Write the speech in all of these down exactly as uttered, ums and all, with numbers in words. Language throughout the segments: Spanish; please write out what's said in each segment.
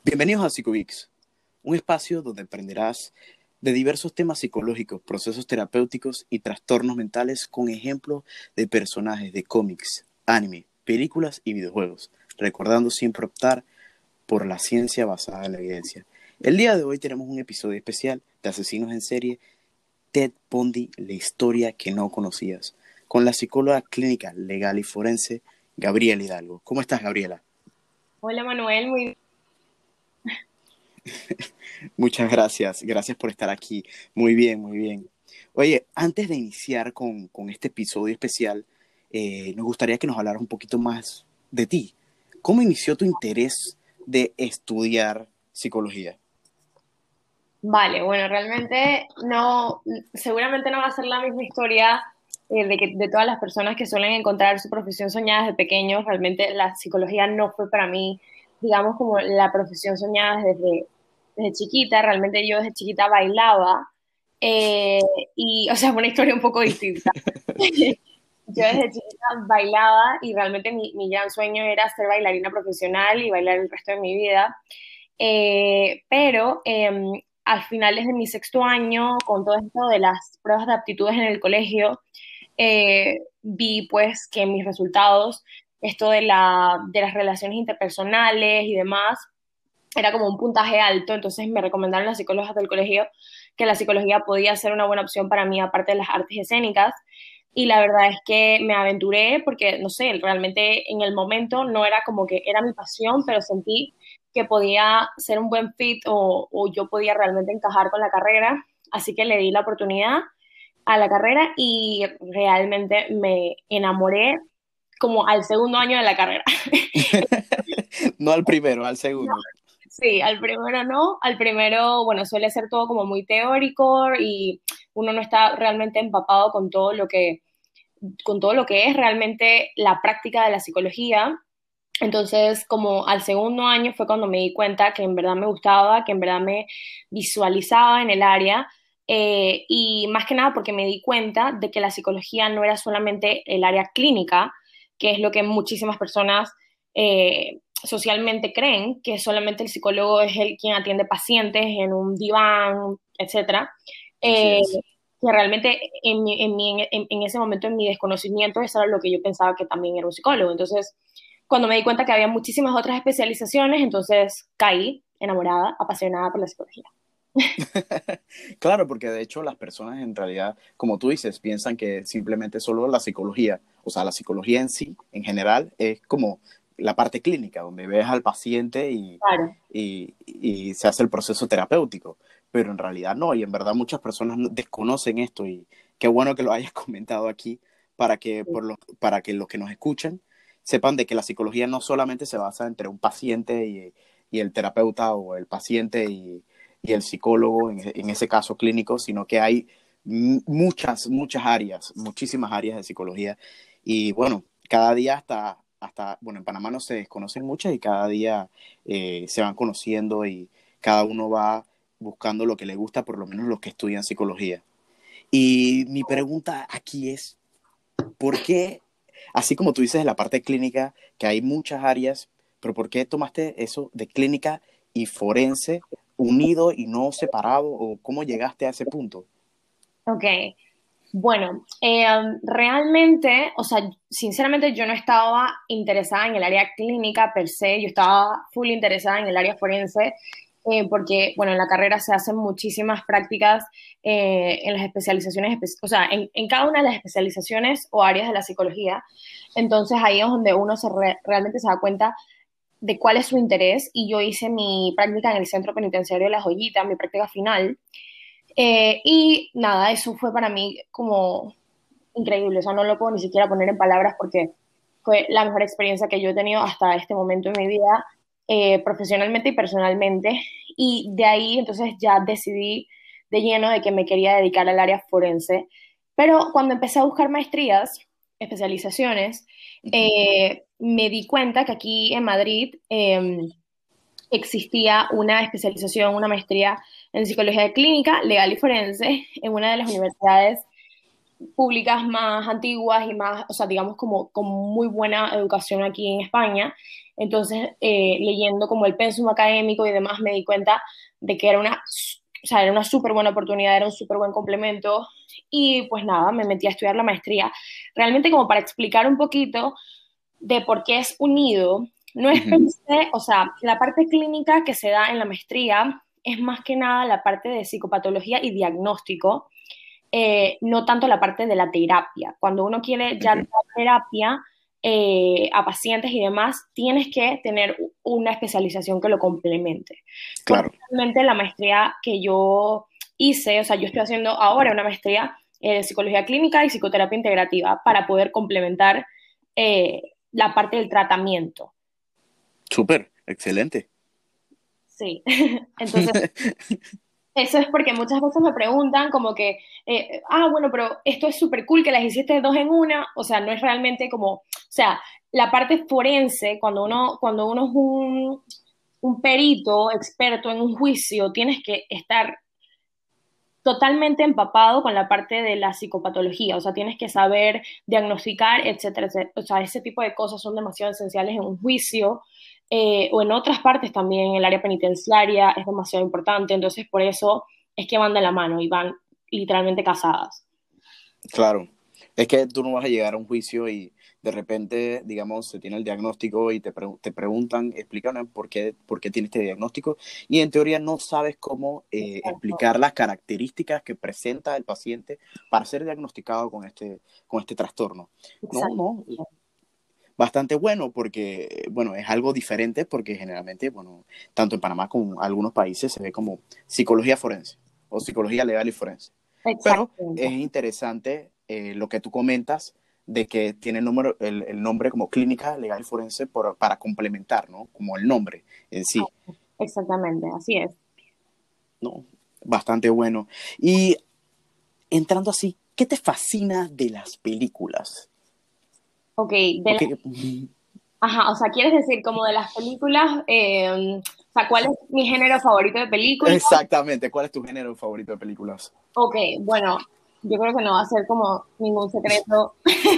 Bienvenidos a PsicoVix, un espacio donde aprenderás de diversos temas psicológicos, procesos terapéuticos y trastornos mentales con ejemplos de personajes de cómics, anime, películas y videojuegos, recordando siempre optar por la ciencia basada en la evidencia. El día de hoy tenemos un episodio especial de Asesinos en Serie, Ted Bundy, la historia que no conocías, con la psicóloga clínica, legal y forense, Gabriela Hidalgo. ¿Cómo estás, Gabriela? Hola Manuel, muy Muchas gracias, gracias por estar aquí. Muy bien, muy bien. Oye, antes de iniciar con, con este episodio especial, eh, nos gustaría que nos hablaras un poquito más de ti. ¿Cómo inició tu interés de estudiar psicología? vale. Bueno, realmente no, seguramente no va a ser la misma historia eh, de, que, de todas las personas que suelen encontrar su profesión soñada desde pequeños. Realmente la psicología no fue para mí, digamos, como la profesión soñada desde, desde chiquita. Realmente yo desde chiquita bailaba eh, y, o sea, fue una historia un poco distinta. Yo desde chiquita bailaba y realmente mi, mi gran sueño era ser bailarina profesional y bailar el resto de mi vida. Eh, pero eh, al finales de mi sexto año, con todo esto de las pruebas de aptitudes en el colegio, eh, vi pues que mis resultados, esto de, la, de las relaciones interpersonales y demás, era como un puntaje alto, entonces me recomendaron las psicólogas del colegio que la psicología podía ser una buena opción para mí, aparte de las artes escénicas. Y la verdad es que me aventuré porque, no sé, realmente en el momento no era como que era mi pasión, pero sentí que podía ser un buen fit o, o yo podía realmente encajar con la carrera. Así que le di la oportunidad a la carrera y realmente me enamoré como al segundo año de la carrera. No al primero, al segundo. Sí, al primero no, al primero, bueno, suele ser todo como muy teórico y uno no está realmente empapado con todo lo que, con todo lo que es realmente la práctica de la psicología. Entonces, como al segundo año fue cuando me di cuenta que en verdad me gustaba, que en verdad me visualizaba en el área, eh, y más que nada porque me di cuenta de que la psicología no era solamente el área clínica, que es lo que muchísimas personas eh, socialmente creen, que solamente el psicólogo es el quien atiende pacientes en un diván, etcétera. Así Eh, es. que realmente en, mi- en, mi- en, en ese momento, en mi desconocimiento, eso era lo que yo pensaba que también era un psicólogo. Entonces, cuando me di cuenta que había muchísimas otras especializaciones, entonces caí enamorada, apasionada por la psicología. Claro, porque de hecho las personas en realidad, como tú dices, piensan que simplemente solo la psicología, o sea, la psicología en sí, en general, es como la parte clínica, donde ves al paciente y, Claro. y, y se hace el proceso terapéutico, pero en realidad no, y en verdad muchas personas no- desconocen esto y qué bueno que lo hayas comentado aquí para que, por lo, para que los que nos escuchan sepan de que la psicología no solamente se basa entre un paciente y, y el terapeuta o el paciente y y el psicólogo, en, en ese caso clínico, sino que hay muchas, muchas áreas, muchísimas áreas de psicología. Y bueno, cada día hasta, hasta bueno, en Panamá no se desconocen muchas y cada día eh, se van conociendo y cada uno va buscando lo que le gusta, por lo menos los que estudian psicología. Y mi pregunta aquí es, ¿por qué, así como tú dices de la parte clínica, que hay muchas áreas, pero por qué tomaste eso de clínica y forense unido y no separado? ¿O cómo llegaste a ese punto? Ok, bueno, eh, realmente, o sea, sinceramente yo no estaba interesada en el área clínica per se, yo estaba full interesada en el área forense, eh, porque, bueno, en la carrera se hacen muchísimas prácticas eh, en las especializaciones, espe- o sea, en, en cada una de las especializaciones o áreas de la psicología. Entonces ahí es donde uno se re- realmente se da cuenta de cuál es su interés y yo hice mi práctica en el Centro Penitenciario de La Joyita, mi práctica final. Eh, y nada, eso fue para mí como increíble, o sea, no lo puedo ni siquiera poner en palabras porque fue la mejor experiencia que yo he tenido hasta este momento en mi vida, eh, profesionalmente y personalmente. Y de ahí entonces ya decidí de lleno de que me quería dedicar al área forense. Pero cuando empecé a buscar maestrías, especializaciones, Uh -huh. eh, me di cuenta que aquí en Madrid eh, existía una especialización, una maestría en psicología clínica, legal y forense en una de las universidades públicas más antiguas y más, o sea, digamos como con muy buena educación aquí en España. Entonces, eh, leyendo como el pensum académico y demás, me di cuenta de que era una, o sea, era una súper buena oportunidad, era un súper buen complemento. Y pues nada, me metí a estudiar la maestría. Realmente como para explicar un poquito de por qué es unido, no es Ujú. pensé, o sea, la parte clínica que se da en la maestría es más que nada la parte de psicopatología y diagnóstico, eh, no tanto la parte de la terapia. Cuando uno quiere ya dar Ok, terapia eh, a pacientes y demás, tienes que tener una especialización que lo complemente. Porque claro, realmente la maestría que yo hice, o sea, yo estoy haciendo ahora una maestría eh, de psicología clínica y psicoterapia integrativa para poder complementar eh, la parte del tratamiento. súper, excelente. Sí. Entonces, eso es porque muchas veces me preguntan como que, eh, ah, bueno, pero esto es súper cool que las hiciste dos en una, o sea, no es realmente como, o sea, la parte forense, cuando uno, cuando uno es un, un perito experto en un juicio, tienes que estar totalmente empapado con la parte de la psicopatología, o sea, tienes que saber diagnosticar, etcétera, etcétera. O sea, ese tipo de cosas son demasiado esenciales en un juicio eh, o en otras partes también, en el área penitenciaria es demasiado importante, entonces por eso es que van de la mano y van literalmente casadas. Claro, es que tú no vas a llegar a un juicio y de repente, digamos, se tiene el diagnóstico y te, pre te preguntan, explícanos por qué, por qué tiene este diagnóstico y en teoría no sabes cómo eh, Exacto, explicar las características que presenta el paciente para ser diagnosticado con este, con este trastorno. No, exacto. no, bastante bueno porque, bueno, es algo diferente porque generalmente, bueno, tanto en Panamá como en algunos países se ve como psicología forense o psicología legal y forense. Pero Exactamente. es interesante eh, lo que tú comentas de que tiene el, número, el, el nombre como clínica legal y forense por, para complementar, ¿no? Como el nombre en sí, Exactamente, así es. ¿no? Bastante bueno. Y entrando así, ¿qué te fascina de las películas? Ok, de la, Porque, ajá, o sea, ¿quieres decir como de las películas, eh, o sea, cuál es mi género favorito de película? exactamente, ¿cuál es tu género favorito de películas? Ok, bueno, yo creo que no va a ser como ningún secreto,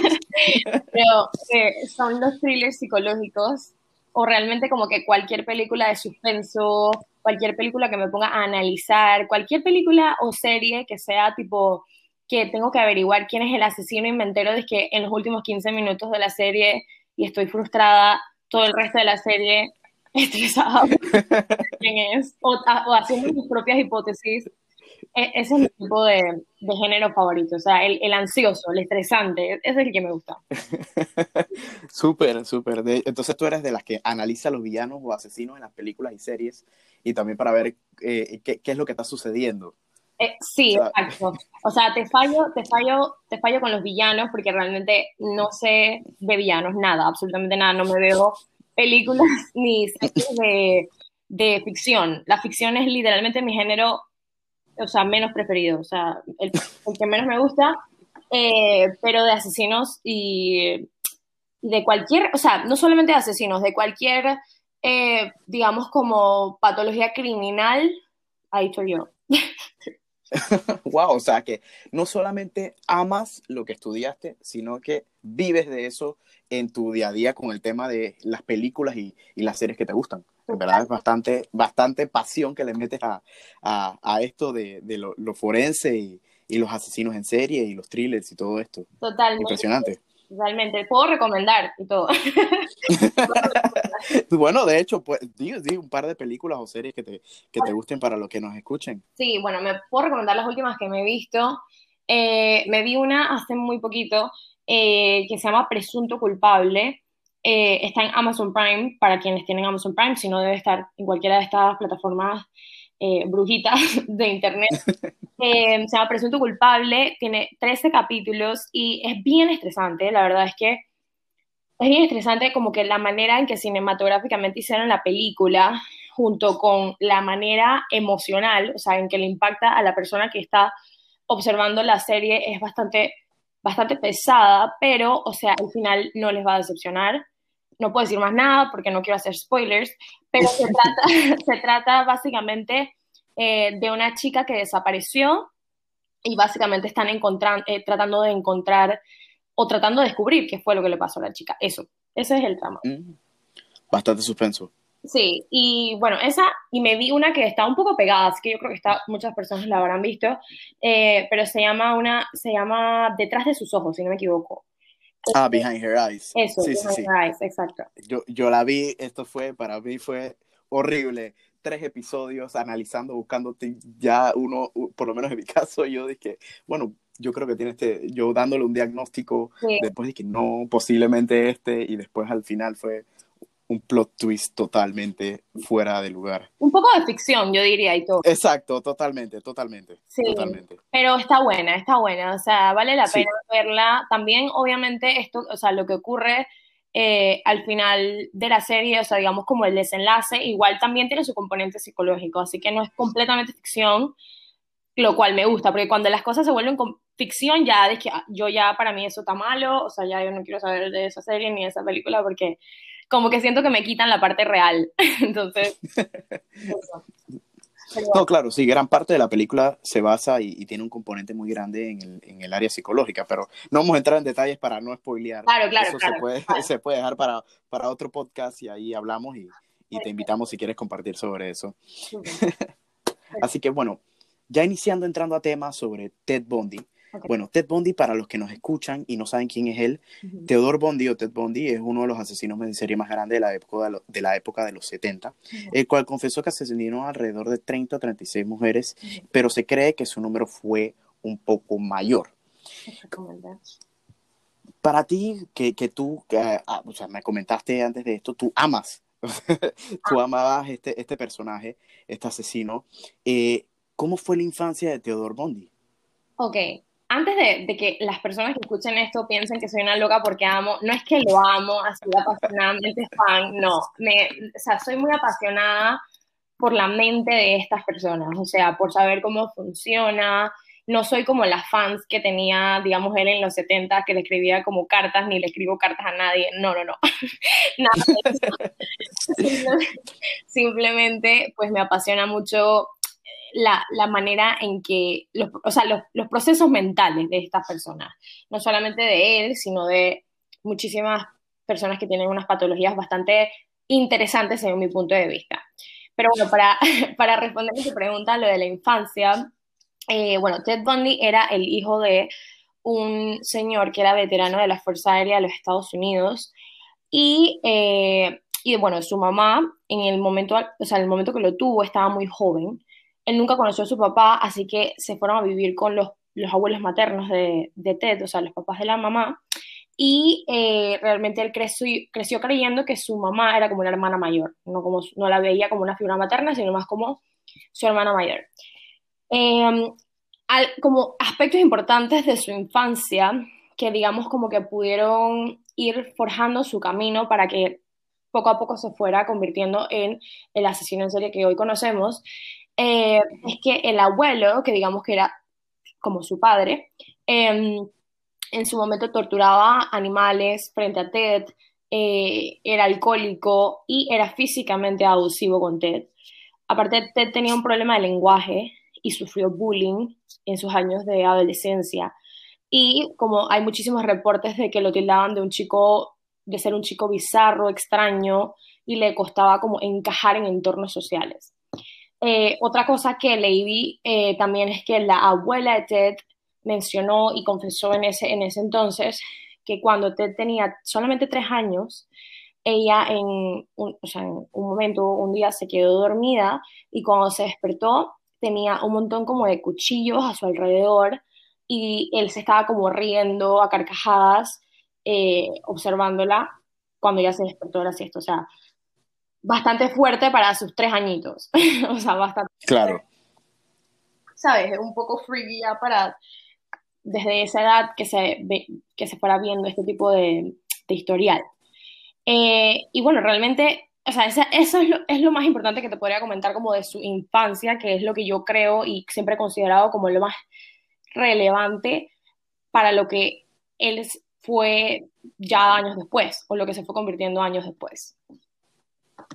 pero eh, son los thrillers psicológicos o realmente como que cualquier película de suspenso, cualquier película que me ponga a analizar, cualquier película o serie que sea tipo que tengo que averiguar quién es el asesino y me entero de que en los últimos quince minutos de la serie y estoy frustrada todo el resto de la serie, estresada por quién es, o, o haciendo mis propias hipótesis. E- ese es mi tipo de, de género favorito, o sea, el, el ansioso, el estresante, ese es el que me gusta. Súper, súper. De- Entonces tú eres de las que analiza a los villanos o asesinos en las películas y series y también para ver eh, qué, qué es lo que está sucediendo. O Eh, sí, sea, exacto. O sea, te fallo, te fallo, te fallo con los villanos porque realmente no sé de villanos nada, absolutamente nada. No me veo películas ni series de, de ficción. La ficción es literalmente mi género, o sea, menos preferido, o sea, el, el que menos me gusta, eh, pero de asesinos y de cualquier, o sea, no solamente de asesinos, de cualquier, eh, digamos, como patología criminal, ahí estoy yo. wow, o sea que no solamente amas lo que estudiaste, sino que vives de eso en tu día a día con el tema de las películas y, y las series que te gustan. En verdad es bastante, bastante pasión que le metes a, a, a esto de, de lo, lo forense y, y los asesinos en serie y los thrillers y todo esto. Totalmente, Impresionante. totalmente. Puedo recomendar y todo. Bueno, de hecho, pues, di, di un par de películas o series que te, que te gusten para los que nos escuchen. Sí, bueno, me puedo recomendar las últimas que me he visto. Eh, me vi una hace muy poquito eh, que se llama Presunto Culpable. Eh, está en Amazon Prime, para quienes tienen Amazon Prime, si no debe estar en cualquiera de estas plataformas eh, brujitas de internet. Eh, se llama Presunto Culpable, tiene trece capítulos y es bien estresante. La verdad es que es bien estresante como que la manera en que cinematográficamente hicieron la película, junto con la manera emocional, o sea, en que le impacta a la persona que está observando la serie, es bastante, bastante pesada, pero, o sea, al final no les va a decepcionar. No puedo decir más nada porque no quiero hacer spoilers, pero se trata, se trata básicamente eh, de una chica que desapareció y básicamente están encontran- eh, tratando de encontrar o tratando de descubrir qué fue lo que le pasó a la chica. Eso, ese es el trama. Mm, bastante suspenso. Sí, y bueno, esa, y me vi una que está un poco pegada, así que yo creo que está, muchas personas la habrán visto, eh, pero se llama una, se llama Detrás de sus ojos, si no me equivoco. Ah, Behind Her Eyes. Eso, Sí, sí, Behind sí. Your Eyes, exacto. Yo, yo la vi, esto fue, para mí fue horrible. Tres episodios analizando, buscando, ya uno, por lo menos en mi caso, yo dije, bueno, yo creo que tiene este, yo dándole un diagnóstico, Sí, después dije, no, posiblemente este, y después al final fue un plot twist totalmente fuera de lugar. un poco de ficción, yo diría, y todo. Exacto, totalmente, totalmente, Sí, totalmente. pero está buena, está buena, o sea, vale la pena Sí, verla. También, obviamente, esto, o sea, lo que ocurre eh, al final de la serie, o sea, digamos como el desenlace, igual también tiene su componente psicológico, así que no es completamente ficción, lo cual me gusta, porque cuando las cosas se vuelven con ficción, ya de que ah, yo ya para mí eso está malo, o sea, ya yo no quiero saber de esa serie ni de esa película, porque como que siento que me quitan la parte real. Entonces, eso. Pero no, bueno, claro, sí, gran parte de la película se basa y, y tiene un componente muy grande en el, en el área psicológica, pero no vamos a entrar en detalles para no spoilear. claro, claro, Eso se claro. puede, se puede dejar para, para otro podcast y ahí hablamos y, y te invitamos si quieres compartir sobre eso. Súper. Así que bueno, ya iniciando entrando a temas sobre Ted Bundy. Ok. Bueno, Ted Bundy, para los que nos escuchan y no saben quién es él, Ujú, Theodore Bundy o Ted Bundy es uno de los asesinos en serie más grandes de la época de, lo, de, la época de los setenta, ujú, el cual confesó que asesinó alrededor de treinta o treinta y seis mujeres, ujú. pero se cree que su número fue un poco mayor. Exactamente. Para ti, que, que tú, que, ah, o sea, me comentaste antes de esto, tú amas, tú amabas este, este personaje, este asesino. Eh, ¿Cómo fue la infancia de Theodore Bundy? Ok, antes de, de que las personas que escuchen esto piensen que soy una loca porque amo, no es que lo amo así apasionadamente fan, no, me, o sea, soy muy apasionada por la mente de estas personas, o sea, por saber cómo funciona. No soy como las fans que tenía, digamos, él en los setenta, que le escribía como cartas, ni le escribo cartas a nadie. No, no, no. Nada de eso. Simplemente, simplemente, pues me apasiona mucho la, la manera en que, los, o sea, los, los procesos mentales de estas personas, no solamente de él, sino de muchísimas personas que tienen unas patologías bastante interesantes según mi punto de vista. Pero bueno, para, para responder a tu pregunta, lo de la infancia, eh, bueno, Ted Bundy era el hijo de un señor que era veterano de la Fuerza Aérea de los Estados Unidos y, eh, y bueno, su mamá en el momento, o sea, en el momento que lo tuvo estaba muy joven. Él nunca conoció a su papá, así que se fueron a vivir con los, los abuelos maternos de, de Ted, o sea, los papás de la mamá. Y eh, realmente él creció, creció creyendo que su mamá era como una hermana mayor, no, como, no la veía como una figura materna, sino más como su hermana mayor. Eh, al, como aspectos importantes de su infancia que digamos como que pudieron ir forjando su camino para que poco a poco se fuera convirtiendo en el asesino en serie que hoy conocemos, eh, es que el abuelo, que digamos que era como su padre, eh, en su momento torturaba animales frente a Ted, eh, era alcohólico y era físicamente abusivo con Ted. Aparte, Ted tenía un problema de lenguaje y sufrió bullying en sus años de adolescencia. Y como hay muchísimos reportes de que lo tildaban de un chico, de ser un chico bizarro, extraño, y le costaba como encajar en entornos sociales. Eh, otra cosa que leí eh, también es que la abuela de Ted mencionó y confesó en ese, en ese entonces que cuando Ted tenía solamente tres años, ella en un, o sea, en un momento, un día se quedó dormida y cuando se despertó tenía un montón como de cuchillos a su alrededor y él se estaba como riendo a carcajadas, eh, observándola cuando ya se despertó de la siesta. O sea, bastante fuerte para sus tres añitos. O sea, bastante, Claro, ¿sabes? Es un poco freaky ya para desde esa edad que se, ve, que se fuera viendo este tipo de, de historial. Eh, y bueno, realmente, o sea, esa, eso es lo, es lo más importante que te podría comentar como de su infancia, que es lo que yo creo y siempre he considerado como lo más relevante para lo que él fue ya años después, o lo que se fue convirtiendo años después.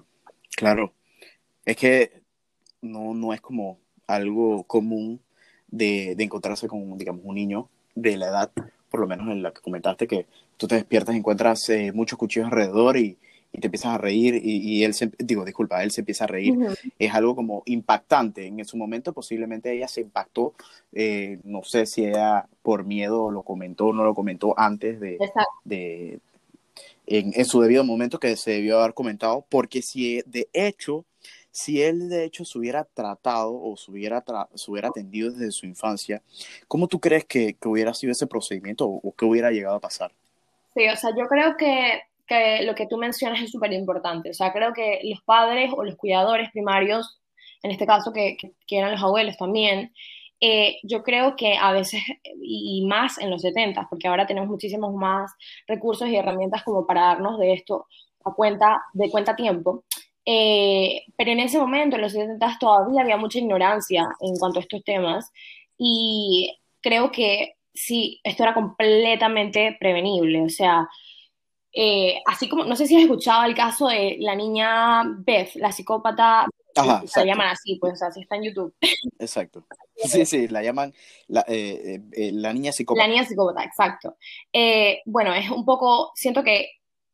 claro. Es que no, no es como algo común de, de encontrarse con, digamos, un niño de la edad, por lo menos en la que comentaste, que tú te despiertas y encuentras eh, muchos cuchillos alrededor y, y te empiezas a reír y, y él se, digo, disculpa, él se empieza a reír, Ujú. es algo como impactante. En su momento posiblemente ella se impactó, eh, no sé si ella por miedo lo comentó o no lo comentó antes de, Exacto. de en, en, su debido momento que se debió haber comentado, porque si de hecho, si él de hecho se hubiera tratado o se hubiera, tra se hubiera atendido desde su infancia, ¿cómo tú crees que, que hubiera sido ese procedimiento o, o qué hubiera llegado a pasar? Sí, o sea, yo creo que, que lo que tú mencionas es súper importante. O sea, creo que los padres o los cuidadores primarios, en este caso que, que, que eran los abuelos también, eh, yo creo que a veces, y más en los setenta, porque ahora tenemos muchísimos más recursos y herramientas como para darnos de esto a cuenta, de cuenta a tiempo. Eh, pero en ese momento, en los setenta, todavía había mucha ignorancia en cuanto a estos temas y creo que sí, esto era completamente prevenible. O sea, eh, así como, no sé si has escuchado el caso de la niña Beth, la psicópata, Ajá, la exacto, llaman así, pues, o sea, si está en YouTube. exacto. Sí, sí, la llaman la, eh, eh, eh, la niña La psicópata. niña psicópata, exacto. Eh, bueno, es un poco, siento que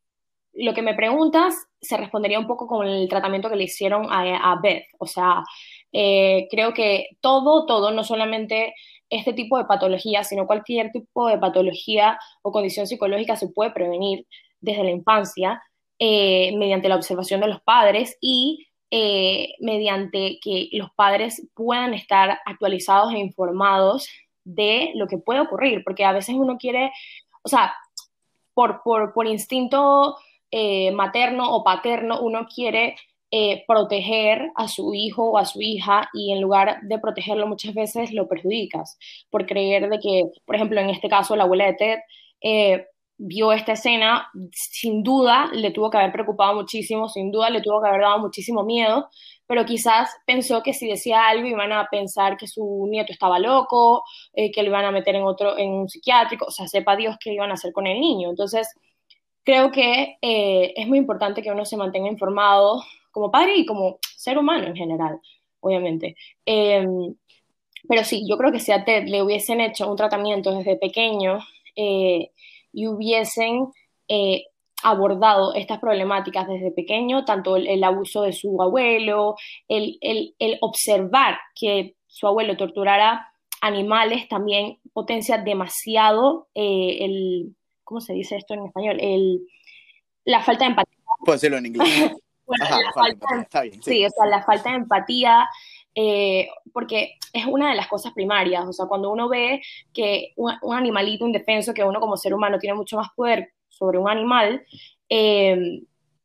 lo que me preguntas se respondería un poco con el tratamiento que le hicieron a, a Beth. O sea, eh, creo que todo, todo, no solamente este tipo de patología, sino cualquier tipo de patología o condición psicológica se puede prevenir desde la infancia eh, mediante la observación de los padres y eh, mediante que los padres puedan estar actualizados e informados de lo que puede ocurrir, porque a veces uno quiere, o sea, por, por, por instinto eh, materno o paterno, uno quiere eh, proteger a su hijo o a su hija y en lugar de protegerlo muchas veces lo perjudicas por creer de que, por ejemplo, en este caso la abuela de Ted eh, vio esta escena, sin duda le tuvo que haber preocupado muchísimo, sin duda le tuvo que haber dado muchísimo miedo, pero quizás pensó que si decía algo iban a pensar que su nieto estaba loco, eh, que lo iban a meter en otro, en un psiquiátrico, o sea, sepa Dios qué iban a hacer con el niño. Entonces, creo que eh, es muy importante que uno se mantenga informado como padre y como ser humano en general, obviamente. Eh, pero sí, yo creo que si a Ted le hubiesen hecho un tratamiento desde pequeño eh, y hubiesen eh, abordado estas problemáticas desde pequeño, tanto el, el abuso de su abuelo, el, el, el, observar que su abuelo torturara animales, también potencia demasiado eh, el, ¿cómo se dice esto en español? El, la falta de empatía. Puedo decirlo en inglés. Bueno, Ajá, la la falta de falta empatía, de, está bien, sí. sí, o sea, la falta de empatía, eh, porque es una de las cosas primarias, o sea, cuando uno ve que un, un animalito indefenso, que uno como ser humano tiene mucho más poder sobre un animal, eh,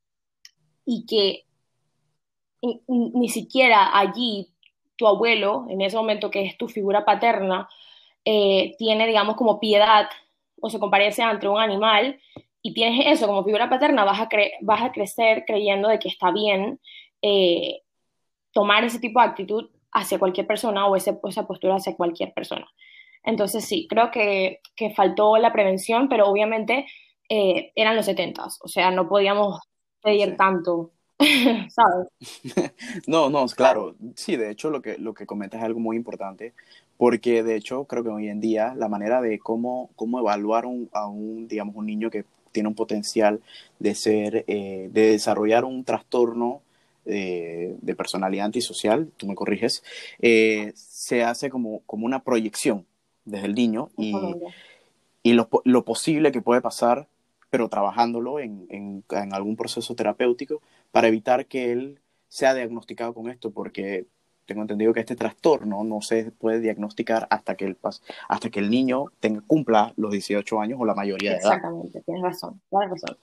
y que ni, ni siquiera allí tu abuelo, en ese momento que es tu figura paterna, eh, tiene, digamos, como piedad o se comparece ante un animal y tienes eso como figura paterna, vas a, cre vas a crecer creyendo de que está bien eh, tomar ese tipo de actitud hacia cualquier persona o ese, esa postura hacia cualquier persona. Entonces sí, creo que, que faltó la prevención, pero obviamente eh, eran los setentas, o sea, no podíamos pedir Sí. tanto, ¿sabes? No, no, claro, sí, de hecho lo que, lo que comentas es algo muy importante, porque de hecho creo que hoy en día la manera de cómo, cómo evaluar un, a un, digamos, un niño que tiene un potencial de ser, eh, de desarrollar un trastorno eh, de personalidad antisocial, tú me corriges, eh, se hace como, como una proyección desde el niño y, y lo, lo posible que puede pasar, pero trabajándolo en, en, en algún proceso terapéutico para evitar que él sea diagnosticado con esto, porque tengo entendido que este trastorno no se puede diagnosticar hasta que el, hasta que el niño tenga, cumpla los dieciocho años o la mayoría de edad. Exactamente, tienes razón, tienes razón.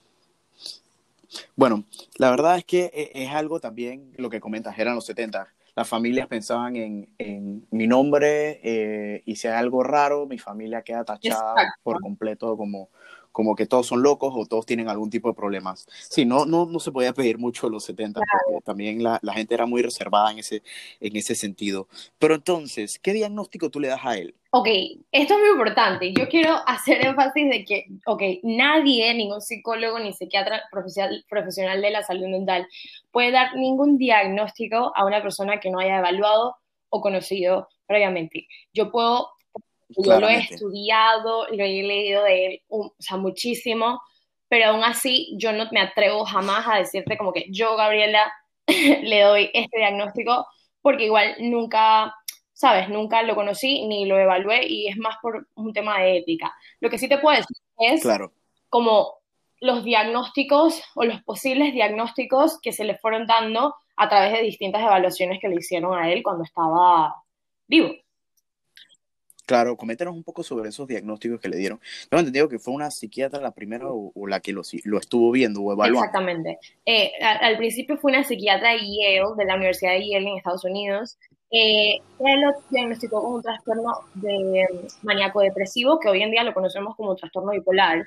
Bueno, la verdad es que e, es algo también, lo que comentas, eran los setenta. Las familias pensaban en, en mi nombre eh, y si hay algo raro, mi familia queda tachada por Exacto. completo como, como que todos son locos o todos tienen algún tipo de problemas. Sí, no, no, no se podía pedir mucho en los setenta porque también la, la gente era muy reservada en ese, en ese sentido. Pero entonces, ¿qué diagnóstico tú le das a él? Ok, esto es muy importante. Yo quiero hacer énfasis de que, ok, nadie, ningún psicólogo ni psiquiatra profesional, profesional de la salud mental puede dar ningún diagnóstico a una persona que no haya evaluado o conocido previamente. Yo puedo, yo lo he Claramente. estudiado, lo he leído de él, um, o sea, muchísimo, pero aún así yo no me atrevo jamás a decirte como que yo, Gabriela, le doy este diagnóstico, porque igual nunca, sabes, nunca lo conocí ni lo evalué y es más por un tema de ética. Lo que sí te puedo decir es Claro. como los diagnósticos o los posibles diagnósticos que se le fueron dando a través de distintas evaluaciones que le hicieron a él cuando estaba vivo. Claro, coméntanos un poco sobre esos diagnósticos que le dieron. Tengo entendido que fue una psiquiatra la primera o, o la que lo, lo estuvo viendo o evaluando. Exactamente. Eh, a- al principio fue una psiquiatra de Yale, de la Universidad de Yale en Estados Unidos. Eh, él lo diagnosticó con un trastorno de maníaco depresivo, que hoy en día lo conocemos como trastorno bipolar,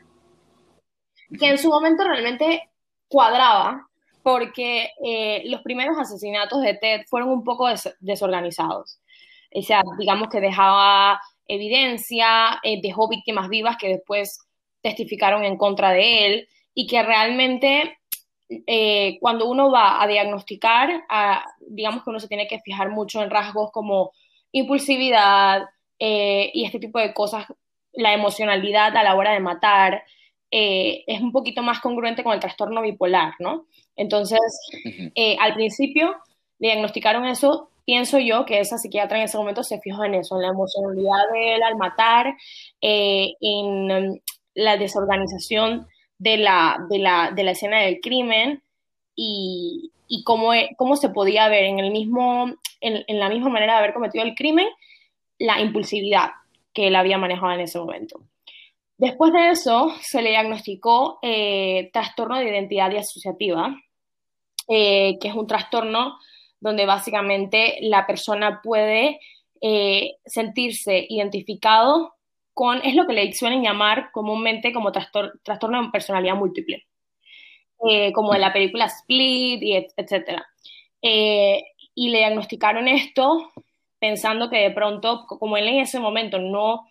que en su momento realmente cuadraba, porque eh, los primeros asesinatos de Ted fueron un poco des desorganizados. O sea, digamos que dejaba evidencia, eh, dejó víctimas vivas que después testificaron en contra de él, y que realmente eh, cuando uno va a diagnosticar, a, digamos que uno se tiene que fijar mucho en rasgos como impulsividad eh, y este tipo de cosas, la emocionalidad a la hora de matar, eh, es un poquito más congruente con el trastorno bipolar, ¿no? Entonces, Ujú. eh, al principio le diagnosticaron eso. Pienso yo que esa psiquiatra en ese momento se fijó en eso, en la emocionalidad de él al matar, eh, en um, la desorganización de la, de la, de la escena del crimen, y, y cómo, e- cómo se podía ver en, el mismo, en, en la misma manera de haber cometido el crimen, la impulsividad que él había manejado en ese momento. Después de eso, se le diagnosticó eh, trastorno de identidad disociativa, eh, que es un trastorno donde básicamente la persona puede eh, sentirse identificado con, es lo que le suelen llamar comúnmente como trastor trastorno de personalidad múltiple, eh, como en Ujú. la película Split, y et etcétera. Eh, y le diagnosticaron esto pensando que de pronto, como él en ese momento no,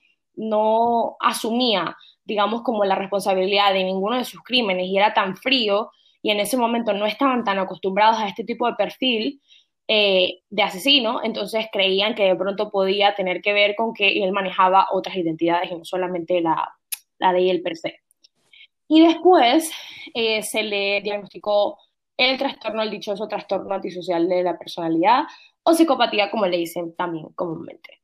no asumía, digamos, como la responsabilidad de ninguno de sus crímenes y era tan frío, y en ese momento no estaban tan acostumbrados a este tipo de perfil eh, de asesino, entonces creían que de pronto podía tener que ver con que él manejaba otras identidades y no solamente la, la de él per se. Y después eh, se le diagnosticó el trastorno, el dichoso trastorno antisocial de la personalidad, o psicopatía, como le dicen también comúnmente.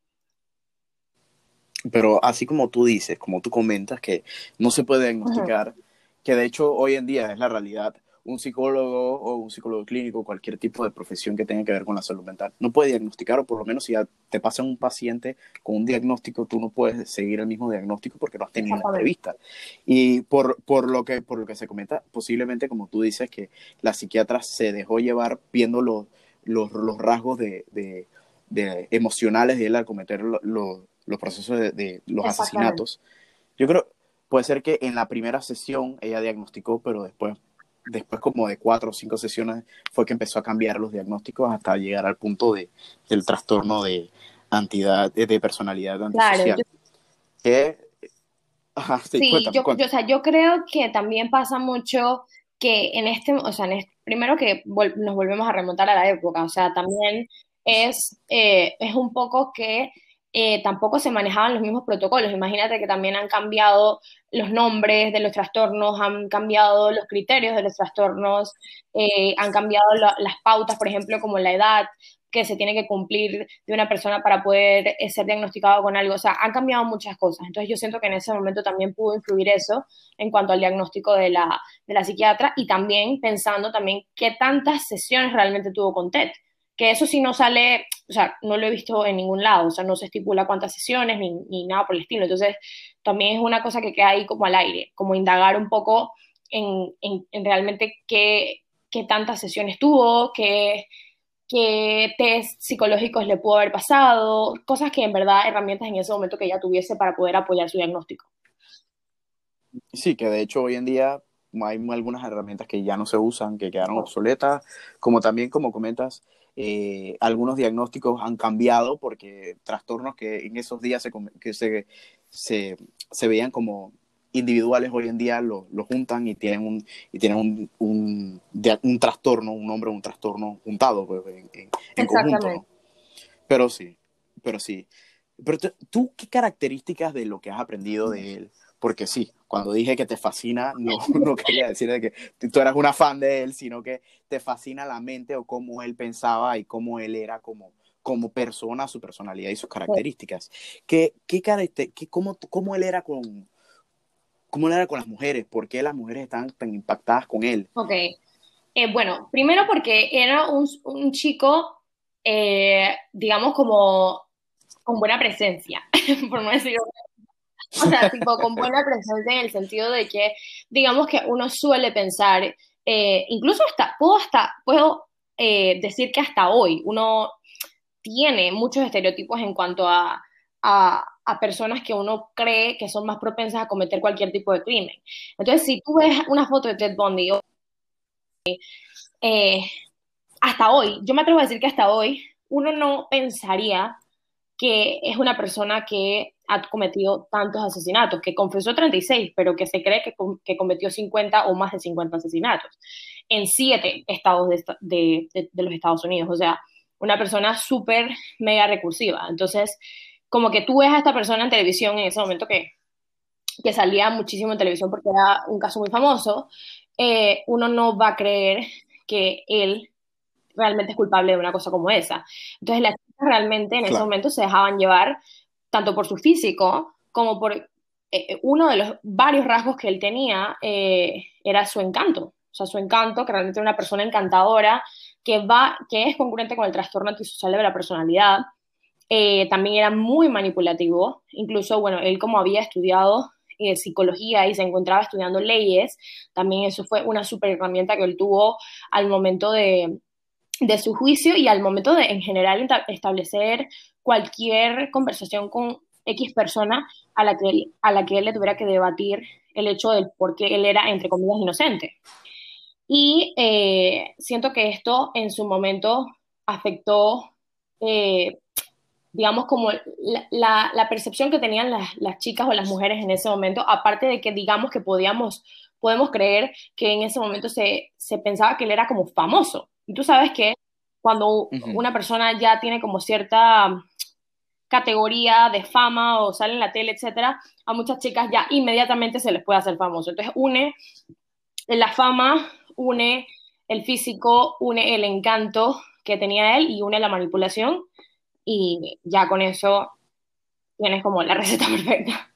Pero así como tú dices, como tú comentas, que no se puede Ujú. diagnosticar, que de hecho hoy en día es la realidad, un psicólogo o un psicólogo clínico, cualquier tipo de profesión que tenga que ver con la salud mental, no puede diagnosticar, o por lo menos si ya te pasa un paciente con un diagnóstico, tú no puedes seguir el mismo diagnóstico porque no has tenido una Exactamente. entrevista. Y por, por, lo, que, por lo que se comenta, posiblemente, como tú dices, que la psiquiatra se dejó llevar viendo los, los, los rasgos de, de, de emocionales de él al cometer los lo, los procesos de, de, los Exactamente. asesinatos. Yo creo, puede ser que en la primera sesión ella diagnosticó, pero después, después como de cuatro o cinco sesiones fue que empezó a cambiar los diagnósticos hasta llegar al punto de, del trastorno de, antidad, de personalidad Claro, yo, antisocial. Que, ajá, sí, sí, cuéntame, yo, yo, o cuéntame. sea, yo creo que también pasa mucho que en este, o sea, en este- primero que vol nos volvemos a remontar a la época, o sea, también es, eh, es un poco que eh, tampoco se manejaban los mismos protocolos. Imagínate que también han cambiado los nombres de los trastornos, han cambiado los criterios de los trastornos, eh, han cambiado la, las pautas, por ejemplo, como la edad que se tiene que cumplir de una persona para poder eh, ser diagnosticado con algo. O sea, han cambiado muchas cosas. Entonces yo siento que en ese momento también pudo influir eso en cuanto al diagnóstico de la, de la psiquiatra, y también pensando también qué tantas sesiones realmente tuvo con Ted. Que eso sí no sale, o sea, no lo he visto en ningún lado, o sea, no se estipula cuántas sesiones ni, ni nada por el estilo. Entonces, también es una cosa que queda ahí como al aire, como indagar un poco en, en, en realmente qué, qué tantas sesiones tuvo, qué, qué test psicológicos le pudo haber pasado, cosas que en verdad, herramientas en ese momento que ella tuviese para poder apoyar su diagnóstico. Sí, que de hecho hoy en día hay algunas herramientas que ya no se usan, que quedaron obsoletas, como también, como comentas, eh, algunos diagnósticos han cambiado porque trastornos que en esos días se, que se, se, se veían como individuales, hoy en día los lo juntan y tienen un, y tienen un, un, un trastorno, un nombre, un trastorno juntado pues, en, en, en conjunto, ¿no? Exactamente. Pero sí. pero sí. Pero tú, ¿tú qué características de lo que has aprendido de él? Porque sí, cuando dije que te fascina, no, no quería decir de que tú eras una fan de él, sino que te fascina la mente o cómo él pensaba y cómo él era como, como persona, su personalidad y sus características. ¿Qué, qué carácter, qué, cómo, cómo él era con, cómo él era con las mujeres? ¿Por qué las mujeres están tan impactadas con él? Ok. Eh, bueno, primero porque era un, un chico, eh, digamos, como con buena presencia, por no decirlo. O sea, tipo, con buena presencia en el sentido de que, digamos que uno suele pensar, eh, incluso hasta, puedo hasta, puedo eh, decir que hasta hoy uno tiene muchos estereotipos en cuanto a, a, a personas que uno cree que son más propensas a cometer cualquier tipo de crimen. Entonces, si tú ves una foto de Ted Bundy, eh, hasta hoy, yo me atrevo a decir que hasta hoy, uno no pensaría que es una persona que ha cometido tantos asesinatos, que confesó treinta y seis, pero que se cree que, que cometió cincuenta o más de cincuenta asesinatos en siete estados de, de, de, de los Estados Unidos. O sea, una persona súper mega recursiva. Entonces, como que tú ves a esta persona en televisión en ese momento que, que salía muchísimo en televisión porque era un caso muy famoso, eh, uno no va a creer que él realmente es culpable de una cosa como esa. Entonces las chicas realmente en ese Claro, momento se dejaban llevar tanto por su físico como por eh, eh, uno de los varios rasgos que él tenía, eh, era su encanto. O sea, su encanto, que realmente era una persona encantadora, que, va, que es congruente con el trastorno antisocial de la personalidad. Eh, también era muy manipulativo, incluso, bueno, él como había estudiado eh, psicología y se encontraba estudiando leyes, también eso fue una super herramienta que él tuvo al momento de, de su juicio y al momento de, en general, establecer cualquier conversación con X persona a la que él, a la que él le tuviera que debatir el hecho del por qué él era, entre comillas, inocente. Y eh, siento que esto en su momento afectó, eh, digamos, como la, la, la, percepción que tenían las, las chicas o las mujeres en ese momento, aparte de que digamos que podíamos, podemos creer que en ese momento se, se pensaba que él era como famoso. Y tú sabes que cuando uh-huh. una persona ya tiene como cierta categoría de fama o sale en la tele, etcétera, a muchas chicas ya inmediatamente se les puede hacer famoso. Entonces une la fama, une el físico, une el encanto que tenía él y une la manipulación y ya con eso tienes como la receta perfecta.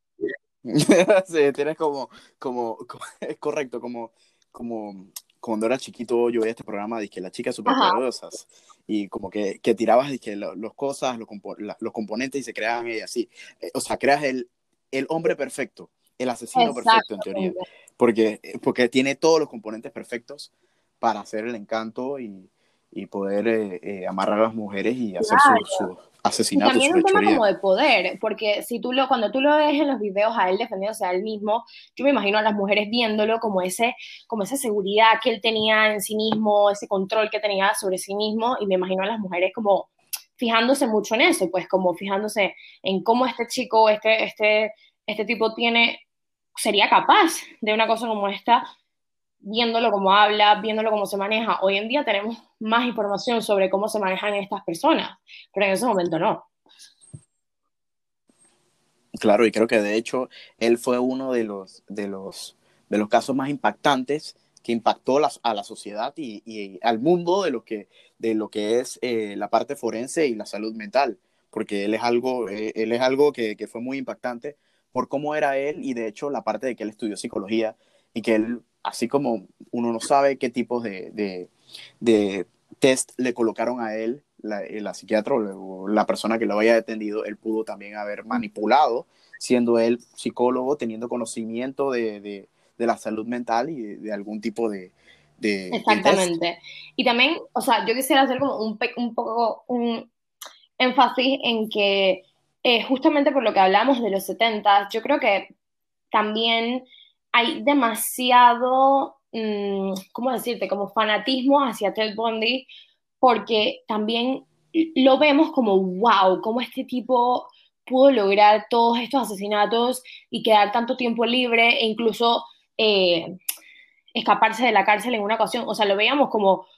Sí, tienes como, como, como- es correcto, como, como cuando era chiquito yo veía este programa de que las chicas Ajá, superpoderosas y como que, que tirabas de que lo- los cosas, los, compo la- los componentes y se creaban y así. Eh, o sea, creas el, el hombre perfecto, el asesino perfecto en teoría, exactamente. porque, porque tiene todos los componentes perfectos para hacer el encanto y, y poder eh, eh, amarrar a las mujeres y hacer sus Claro. su Y asesinatos, también su un tema fechoría. como de poder, porque si tú lo, cuando tú lo ves en los videos a él defendiéndose a él mismo, yo me imagino a las mujeres viéndolo como ese, como esa seguridad que él tenía en sí mismo, ese control que tenía sobre sí mismo, y me imagino a las mujeres como fijándose mucho en eso, pues como fijándose en cómo este chico, este, este, este tipo tiene, sería capaz de una cosa como esta, viéndolo cómo habla, viéndolo cómo se maneja. Hoy en día tenemos más información sobre cómo se manejan estas personas, pero en ese momento no. Claro, y creo que de hecho él fue uno de los, de los, de los casos más impactantes que impactó las, a la sociedad y, y, al mundo de lo que, de lo que es eh, la parte forense y la salud mental, porque él es algo, eh, él es algo que, que, fue muy impactante por cómo era él y de hecho la parte de que él estudió psicología y que él, así como uno no sabe qué tipos de, de, de test le colocaron a él, la, la psiquiatra o la persona que lo haya atendido, él pudo también haber manipulado, siendo él psicólogo, teniendo conocimiento de, de, de la salud mental y de, de algún tipo de, de, de, test. Exactamente. Y también, o sea, yo quisiera hacer como un, un poco un énfasis en que eh, justamente por lo que hablamos de los setenta, yo creo que también hay demasiado, mmm, ¿cómo decirte? Como fanatismo hacia Ted Bundy, porque también lo vemos como, wow, cómo este tipo pudo lograr todos estos asesinatos y quedar tanto tiempo libre e incluso eh, escaparse de la cárcel en una ocasión. O sea, lo veíamos como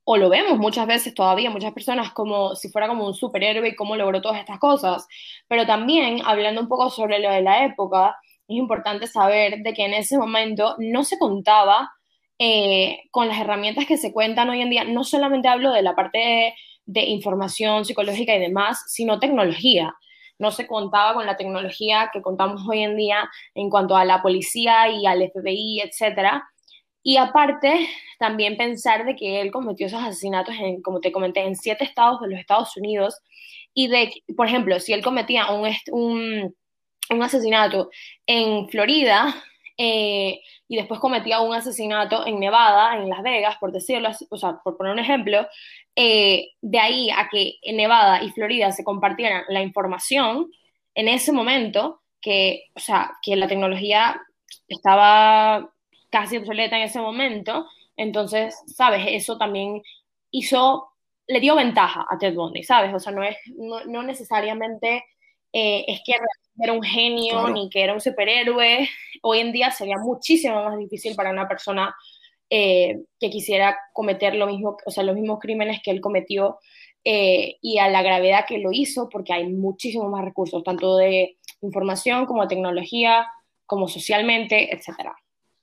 o lo vemos muchas veces todavía, muchas personas como si fuera como un superhéroe y cómo logró todas estas cosas. Pero también, hablando un poco sobre lo de la época, es importante saber de que en ese momento no se contaba eh, con las herramientas que se cuentan hoy en día. No solamente hablo de la parte de, de información psicológica y demás, sino tecnología. No se contaba con la tecnología que contamos hoy en día en cuanto a la policía y al F B I, etcétera. Y aparte, también pensar de que él cometió esos asesinatos, en, como te comenté, en siete estados de los Estados Unidos. Y de, por ejemplo, si él cometía un, un, un asesinato en Florida eh, y después cometía un asesinato en Nevada, en Las Vegas, por decirlo así, o sea, por poner un ejemplo, eh, de ahí a que en Nevada y Florida se compartieran la información en ese momento, que, o sea, que la tecnología estaba casi obsoleta en ese momento, entonces, ¿sabes? Eso también hizo, le dio ventaja a Ted Bundy, ¿sabes? O sea, no es, no, no necesariamente eh, es que era un genio Claro. ni que era un superhéroe. Hoy en día sería muchísimo más difícil para una persona eh, que quisiera cometer lo mismo, o sea, los mismos crímenes que él cometió eh, y a la gravedad que lo hizo, porque hay muchísimos más recursos, tanto de información como de tecnología, como socialmente, etcétera.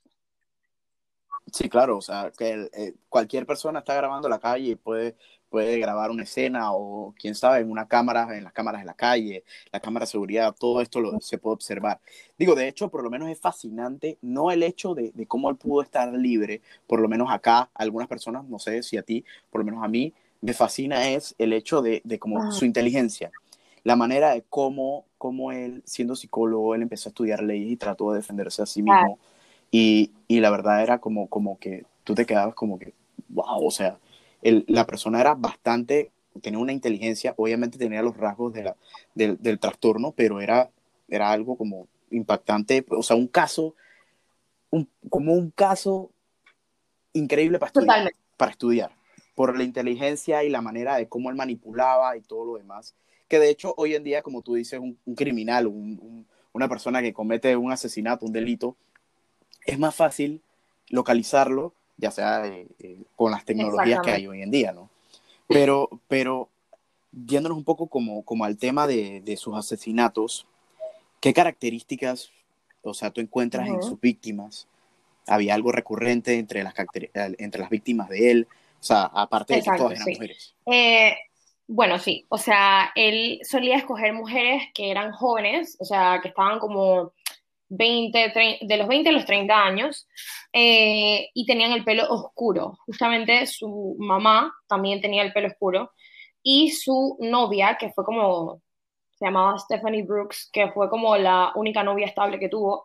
Sí, claro, o sea, que el, eh, cualquier persona está grabando la calle y puede, puede grabar una escena o quién sabe, en una cámara, en las cámaras de la calle, la cámara de seguridad, todo esto lo, se puede observar. Digo, de hecho, por lo menos es fascinante, no el hecho de, de cómo él pudo estar libre, por lo menos acá, algunas personas, no sé si a ti, por lo menos a mí, me fascina es el hecho de, de como Ah, su inteligencia, la manera de cómo, cómo él, siendo psicólogo, él empezó a estudiar leyes y trató de defenderse a sí claro, mismo y, y la verdad era como, como que tú te quedabas como que, wow, o sea, el, la persona era bastante, tenía una inteligencia, obviamente tenía los rasgos de la, del, del trastorno, pero era, era algo como impactante, o sea, un caso, un, como un caso increíble para estudiar, totalmente. para estudiar, por la inteligencia y la manera de cómo él manipulaba y todo lo demás. Que de hecho hoy en día, como tú dices, un, un criminal, un, un, una persona que comete un asesinato, un delito, es más fácil localizarlo, ya sea eh, eh, con las tecnologías que Exactamente. hay hoy en día, ¿no? Pero, pero yéndonos un poco como, como al tema de, de sus asesinatos, ¿qué características, o sea, tú encuentras en Ujú. sus víctimas? ¿Había algo recurrente entre las, entre las víctimas de él? O sea, aparte de que Exacto, todas eran sí. mujeres. Eh, bueno, sí, o sea, él solía escoger mujeres que eran jóvenes, o sea, que estaban como veinte trein- de los veinte a los treinta años, eh, y tenían el pelo oscuro. Justamente su mamá también tenía el pelo oscuro, y su novia, que fue como, se llamaba Stephanie Brooks, que fue como la única novia estable que tuvo,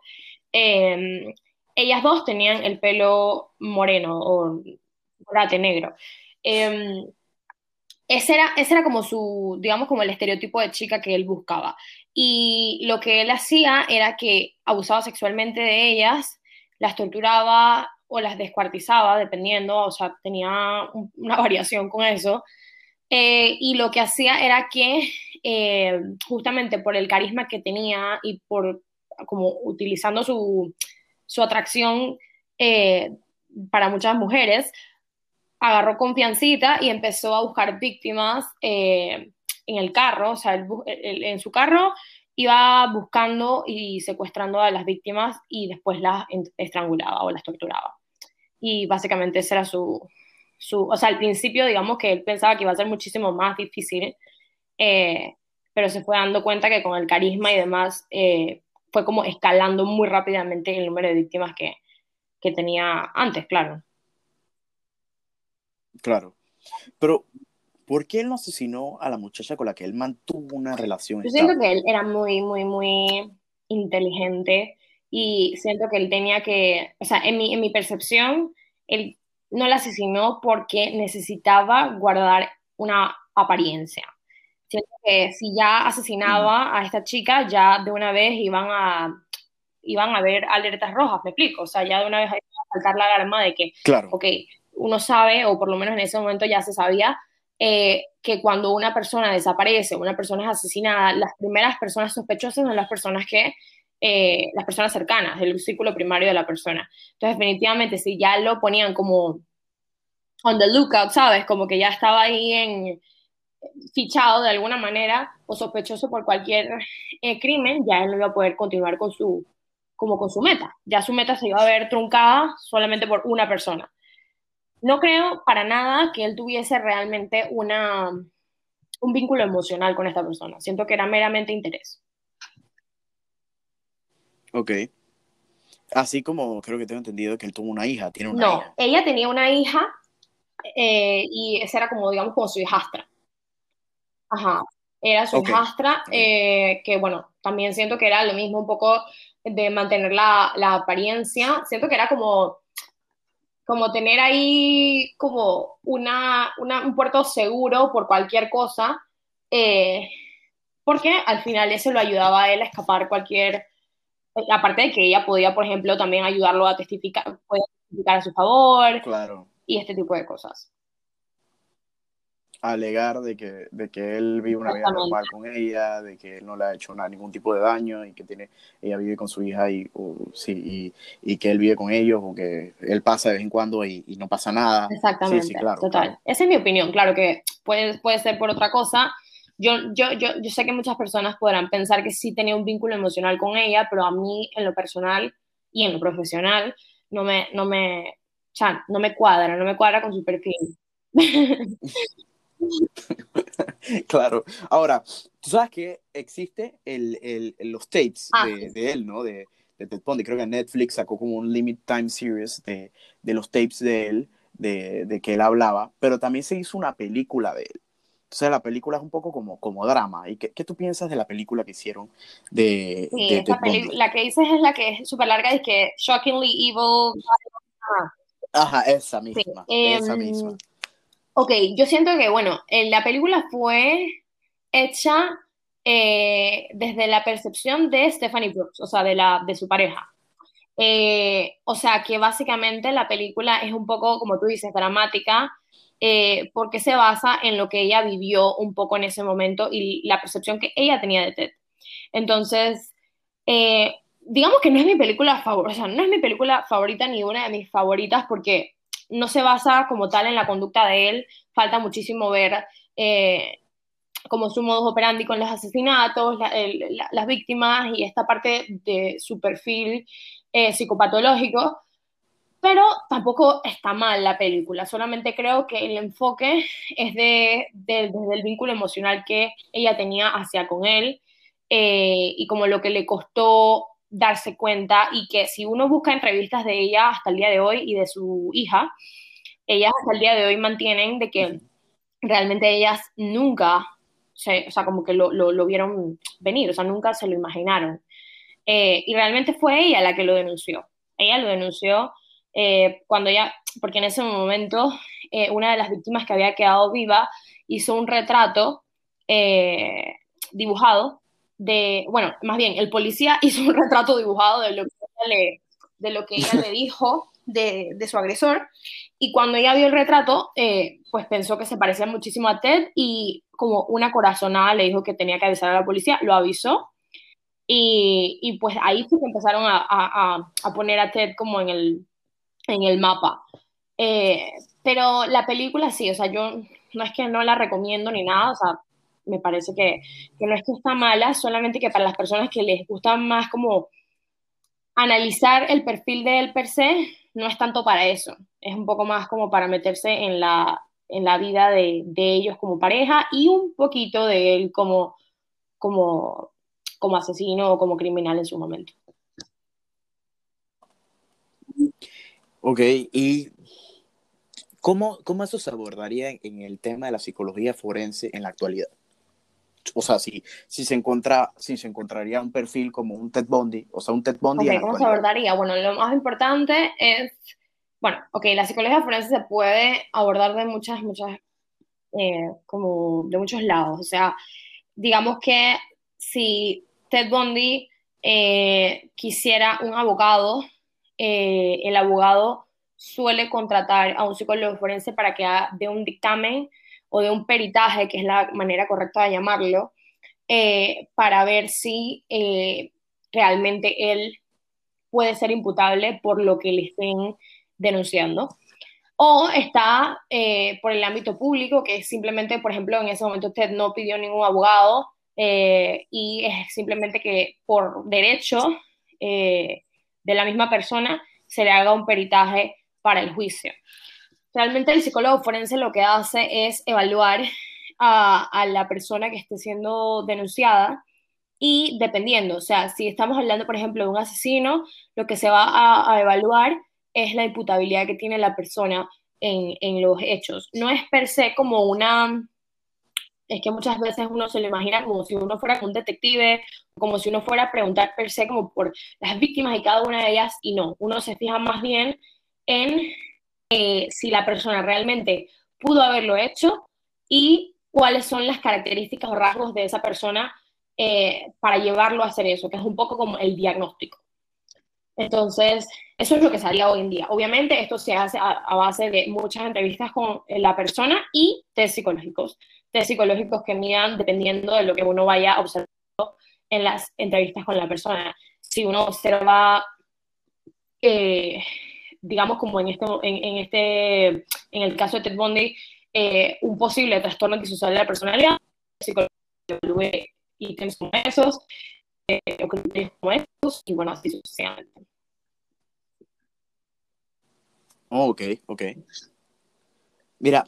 eh, ellas dos tenían el pelo moreno o morate negro. Eh, ese era, ese era como su, digamos, como el estereotipo de chica que él buscaba. Y lo que él hacía era que abusaba sexualmente de ellas, las torturaba o las descuartizaba, dependiendo, o sea, tenía un- una variación con eso. Eh, y lo que hacía era que, eh, justamente por el carisma que tenía y por como utilizando su, su atracción eh, para muchas mujeres, agarró confiancita y empezó a buscar víctimas eh, en el carro, o sea, él, él, en su carro iba buscando y secuestrando a las víctimas y después las estrangulaba o las torturaba. Y básicamente ese era su, su, o sea, al principio digamos que él pensaba que iba a ser muchísimo más difícil, eh, pero se fue dando cuenta que con el carisma y demás eh, fue como escalando muy rápidamente el número de víctimas que, que tenía antes, claro. Claro. Pero, ¿por qué él no asesinó a la muchacha con la que él mantuvo una relación Yo siento estable? que él era muy, muy, muy inteligente y siento que él tenía que, o sea, en mi, en mi percepción, él no la asesinó porque necesitaba guardar una apariencia. Siento que si ya Mm, asesinaba a esta chica, ya de una vez iban a, iban a haber alertas rojas, me explico, o sea, ya de una vez iba a saltar la alarma de que, claro, ok, uno sabe, o por lo menos en ese momento ya se sabía, eh, que cuando una persona desaparece, una persona es asesinada, las primeras personas sospechosas son las personas que, eh, las personas cercanas, el círculo primario de la persona. Entonces, definitivamente, si ya lo ponían como on the lookout, ¿sabes? Como que ya estaba ahí en, fichado de alguna manera o sospechoso por cualquier eh, crimen, ya él no iba a poder continuar con su, como con su meta. Ya su meta se iba a ver truncada solamente por una persona. No creo para nada que él tuviese realmente una, un vínculo emocional con esta persona. Siento que era meramente interés. Ok. Así como creo que tengo entendido que él tuvo una hija, tiene una No, hija. ella tenía una hija eh, y esa era como, digamos, como su hijastra. Ajá, era su Ok, hijastra, ok. eh, que bueno, también siento que era lo mismo un poco de mantener la, la apariencia. Siento que era como, como tener ahí como una, una, un puerto seguro por cualquier cosa, eh, porque al final eso lo ayudaba a él a escapar cualquier, aparte de que ella podía, por ejemplo, también ayudarlo a testificar, podía testificar a su favor Claro. y este tipo de cosas. Alegar de que, de que él vive una vida Exactamente. normal con ella, de que él no le ha hecho nada, ningún tipo de daño y que tiene, ella vive con su hija y, o, sí, y, y que él vive con ellos o que él pasa de vez en cuando y, y no pasa nada. Sí, sí, Exactamente, claro, total. claro. Esa es mi opinión, claro que puede, puede ser por otra cosa. Yo, yo, yo, yo sé que muchas personas podrán pensar que sí tenía un vínculo emocional con ella, pero a mí en lo personal y en lo profesional no me, no me, o sea, no me cuadra, no me cuadra con su perfil. Claro. Ahora, tú sabes que existe el, el, los tapes Ah, sí, de, de él, ¿no? De, de Ted Bundy. Creo que Netflix sacó como un Limit Time Series de, de los tapes de él, de, de que él hablaba, pero también se hizo una película de él. Entonces la película es un poco como, como drama. ¿Y qué, qué tú piensas de la película que hicieron de, sí, de Ted esa Bundy? película, la que dices es la que es súper larga y que Shockingly Evil. Ah, Ajá, esa sí. misma, esa Em, misma. Ok, yo siento que, bueno, eh, la película fue hecha eh, desde la percepción de Stephanie Brooks, o sea, de, la, de su pareja. Eh, o sea, que básicamente la película es un poco, como tú dices, dramática, eh, porque se basa en lo que ella vivió un poco en ese momento y la percepción que ella tenía de Ted. Entonces, eh, digamos que no es mi película favorita, o sea, no es mi película favorita ni una de mis favoritas porque no se basa como tal en la conducta de él, falta muchísimo ver eh, como su modus operandi con los asesinatos, la, el, la, las víctimas y esta parte de su perfil eh, psicopatológico, pero tampoco está mal la película, solamente creo que el enfoque es de, de, desde el vínculo emocional que ella tenía hacia con él eh, y como lo que le costó darse cuenta y que si uno busca entrevistas de ella hasta el día de hoy y de su hija, ellas hasta el día de hoy mantienen de que realmente ellas nunca, se, o sea, como que lo, lo, lo, vieron venir, o sea, nunca se lo imaginaron. Eh, y realmente fue ella la que lo denunció. Ella lo denunció eh, cuando ella, porque en ese momento eh, una de las víctimas que había quedado viva hizo un retrato eh, dibujado de, bueno, más bien, el policía hizo un retrato dibujado de lo que ella le, de lo que ella le dijo de, de su agresor y cuando ella vio el retrato, eh, pues pensó que se parecía muchísimo a Ted y como una corazonada le dijo que tenía que avisar a la policía, lo avisó y, y pues ahí fue que empezaron a, a, a poner a Ted como en el, en el mapa. Eh, pero la película sí, o sea, yo no es que no la recomiendo ni nada, o sea, me parece que, que no es que está mala, solamente que para las personas que les gusta más como analizar el perfil de él per se, no es tanto para eso, es un poco más como para meterse en la, en la vida de, de ellos como pareja y un poquito de él como, como, como asesino o como criminal en su momento. Ok, ¿y cómo, cómo eso se abordaría en, en el tema de la psicología forense en la actualidad? O sea, si, si, se encuentra, si se encontraría un perfil como un Ted Bundy, o sea, un Ted Bundy Ok, en la ¿cómo se actualidad. abordaría? Bueno, lo más importante es, bueno, ok, la psicología forense se puede abordar de muchas, muchas, eh, como de muchos lados. O sea, digamos que si Ted Bundy eh, quisiera un abogado, eh, el abogado suele contratar a un psicólogo forense para que dé un dictamen o de un peritaje, que es la manera correcta de llamarlo, eh, para ver si eh, realmente él puede ser imputable por lo que le estén denunciando. O está eh, por el ámbito público, que es simplemente, por ejemplo, en ese momento usted no pidió ningún abogado eh, y es simplemente que por derecho eh, de la misma persona se le haga un peritaje para el juicio. Realmente el psicólogo forense lo que hace es evaluar a, a la persona que esté siendo denunciada y dependiendo, o sea, si estamos hablando, por ejemplo, de un asesino, lo que se va a, a evaluar es la imputabilidad que tiene la persona en, en los hechos. No es per se como una, es que muchas veces uno se lo imagina como si uno fuera un detective, como si uno fuera a preguntar per se como por las víctimas y cada una de ellas, y no, uno se fija más bien en eh, si la persona realmente pudo haberlo hecho y cuáles son las características o rasgos de esa persona eh, para llevarlo a hacer eso, que es un poco como el diagnóstico. Entonces, eso es lo que se haría hoy en día. Obviamente, esto se hace a, a base de muchas entrevistas con la persona y test psicológicos. Test psicológicos que midan dependiendo de lo que uno vaya observando en las entrevistas con la persona. Si uno observa eh, digamos, como en este, en, en, este, en el caso de Ted Bundy, eh, un posible trastorno antisocial de la personalidad, evalúe ítems como esos, eh, o criterios como estos, y bueno, así sucesivamente. Oh, ok, ok. Mira,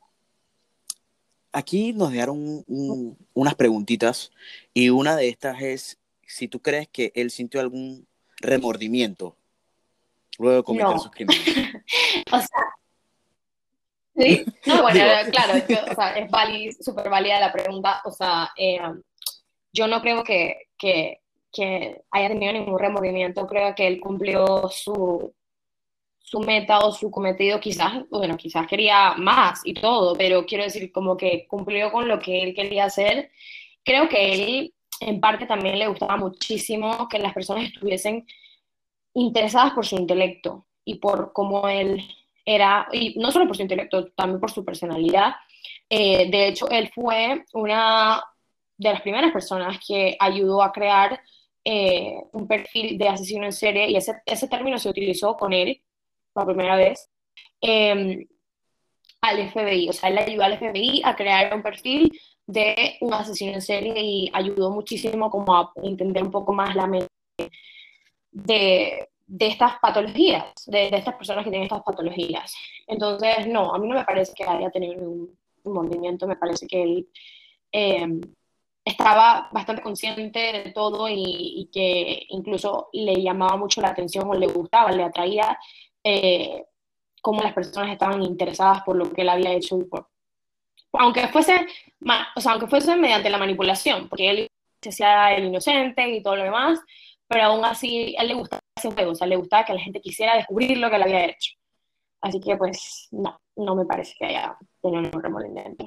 aquí nos dejaron un, un, unas preguntitas y una de estas es si tú crees que él sintió algún remordimiento luego de cometer sus No. crímenes. O sea, ¿sí? No, bueno, Digo, claro, yo, o sea, es súper válida la pregunta. O sea, eh, yo no creo que, que, que haya tenido ningún remordimiento. Creo que él cumplió su, su meta o su cometido, quizás, bueno, quizás quería más y todo, pero quiero decir, como que cumplió con lo que él quería hacer. Creo que él, en parte, también le gustaba muchísimo que las personas estuviesen interesadas por su intelecto y por cómo él era, y no solo por su intelecto, también por su personalidad. Eh, de hecho, él fue una de las primeras personas que ayudó a crear eh, un perfil de asesino en serie, y ese, ese término se utilizó con él por primera vez, eh, al F B I. O sea, él ayudó al F B I a crear un perfil de un asesino en serie y ayudó muchísimo como a entender un poco más la mente de, de estas patologías, de, de, estas personas que tienen estas patologías. Entonces, no, a mí no me parece que haya tenido ningún movimiento, me parece que él eh, estaba bastante consciente de todo y, y, que incluso le llamaba mucho la atención o le gustaba, le atraía eh, cómo las personas estaban interesadas por lo que él había hecho y por, aunque fuese, o sea, aunque fuese mediante la manipulación, porque él se hacía el inocente y todo lo demás, pero aún así a él le gustaba ese juego, o sea, le gustaba que la gente quisiera descubrir lo que él había hecho. Así que pues no, no me parece que haya tenido un remordimiento.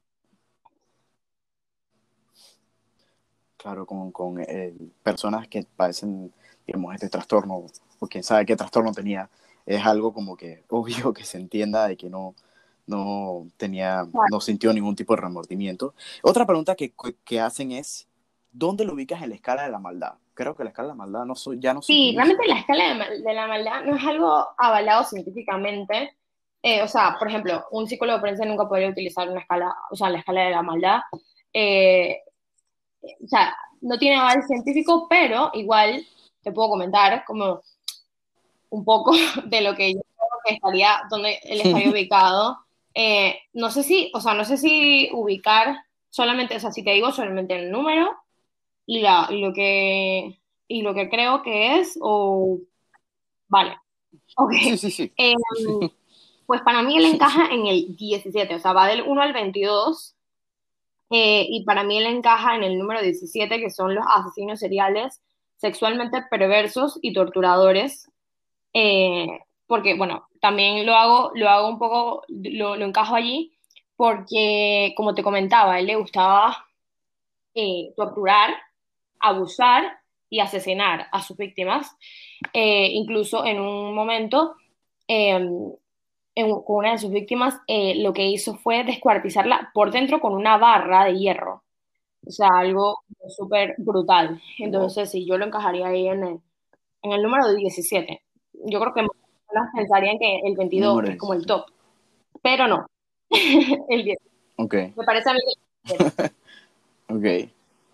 claro, con, con eh, personas que padecen, digamos, este trastorno, o quién sabe qué trastorno tenía, es algo como que obvio que se entienda de que no, no tenía, no sintió ningún tipo de remordimiento. Otra pregunta que, que hacen es, ¿dónde lo ubicas en la escala de la maldad? Creo que la escala de la maldad no, ya no se Sí, utiliza. realmente la escala de, de la maldad no es algo avalado científicamente. Eh, o sea, por ejemplo, un psicólogo forense nunca podría utilizar una escala, o sea, la escala de la maldad. Eh, o sea, no tiene aval científico, pero igual te puedo comentar como un poco de lo que yo creo que estaría, donde él estaría ubicado. Eh, no sé si, o sea, no sé si ubicar solamente, o sea, si te digo solamente el número y, la, y lo que y lo que creo que es, o vale, ok. Sí, sí, sí. Eh, pues para mí él encaja en el diecisiete, o sea, va del uno al veintidós, eh, y para mí él encaja en el número diecisiete, que son los asesinos seriales sexualmente perversos y torturadores, eh, porque, bueno, también lo hago, lo hago un poco, lo, lo encajo allí, porque, como te comentaba, a él le gustaba eh, torturar, abusar y asesinar a sus víctimas. Eh, incluso en un momento, eh, en, con una de sus víctimas, eh, lo que hizo fue descuartizarla por dentro con una barra de hierro. O sea, algo súper brutal. Wow. Entonces, sí, yo lo encajaría ahí en el, en el número diecisiete. Yo creo que personas pensarían que el veintidós Número es como el diecisiete. top, pero no, el diez. Ok, Me parece a mí que el diecisiete. ok.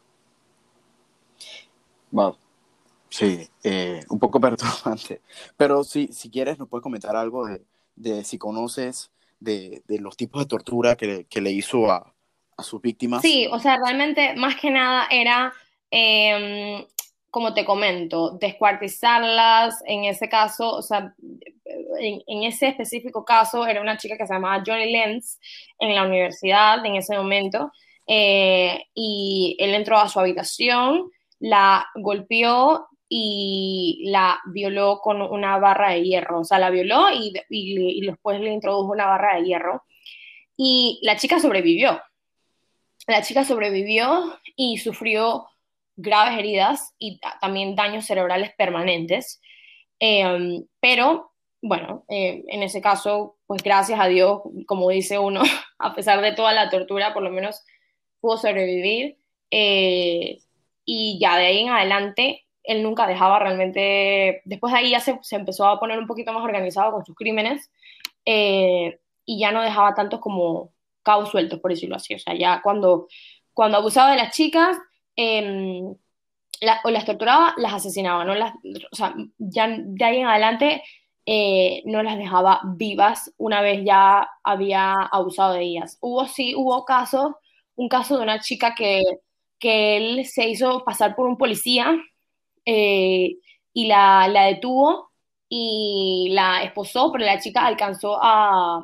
Wow. Sí, eh, un poco perturbante. Pero si, si quieres, nos puedes comentar algo de, de si conoces de, de los tipos de tortura que, que le hizo a, a sus víctimas. Sí, o sea, realmente más que nada era, eh, como te comento, descuartizarlas, en ese caso, o sea, en, en, ese específico caso era una chica que se llamaba Johnny Lenz en la universidad en ese momento, eh, y él entró a su habitación, la golpeó y la violó con una barra de hierro, o sea, la violó y, y, y después le introdujo una barra de hierro y la chica sobrevivió. La chica sobrevivió y sufrió graves heridas y también daños cerebrales permanentes. Eh, pero, bueno, eh, en ese caso, pues gracias a Dios, como dice uno, a pesar de toda la tortura, por lo menos pudo sobrevivir. Eh, y ya de ahí en adelante, él nunca dejaba realmente, después de ahí ya se, se empezó a poner un poquito más organizado con sus crímenes, eh, y ya no dejaba tantos como cabos sueltos, por decirlo así. O sea, ya cuando, cuando abusaba de las chicas, eh, la, o las torturaba, las asesinaba, ¿no? Las, o sea, ya de ahí en adelante, eh, no las dejaba vivas una vez ya había abusado de ellas. Hubo, sí, hubo casos, un caso de una chica que, que él se hizo pasar por un policía, eh, y la, la detuvo y la esposó, pero la chica alcanzó a,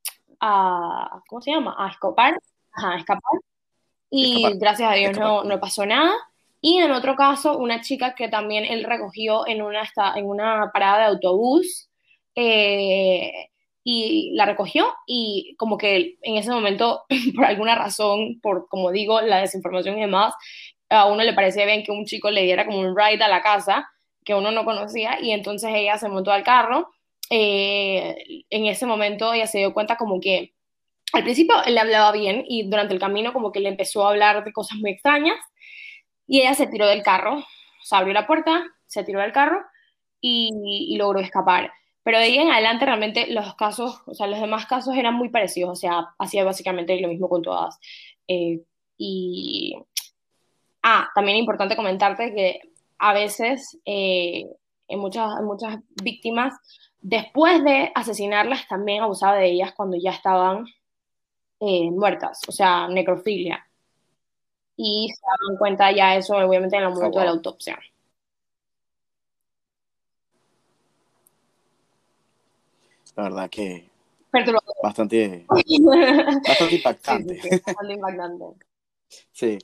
a ¿cómo se llama? A escapar, ajá, a escapar, y Escapar, gracias a Dios escapar. no, no pasó nada. Y en otro caso, una chica que también él recogió en una, en una parada de autobús, eh, y la recogió y como que en ese momento, por alguna razón, por como digo, la desinformación y demás, a uno le parecía bien que un chico le diera como un ride a la casa que uno no conocía y entonces ella se montó al carro. Eh, en ese momento ella se dio cuenta como que al principio él le hablaba bien y durante el camino como que le empezó a hablar de cosas muy extrañas y ella se tiró del carro, o sea, abrió la puerta, se tiró del carro y, y logró escapar. Pero de ahí en adelante realmente los casos, o sea, los demás casos eran muy parecidos, o sea, hacía básicamente lo mismo con todas. Eh, y, ah, también es importante comentarte que a veces, eh, en muchas, en muchas víctimas, después de asesinarlas, también abusaba de ellas cuando ya estaban, eh, muertas, o sea, necrofilia. Y se daban cuenta ya eso, obviamente, en el Ah, momento de la wow. autopsia. La verdad que Perturbador. bastante, bastante Sí, sí, impactante. sí, bastante impactante. Sí.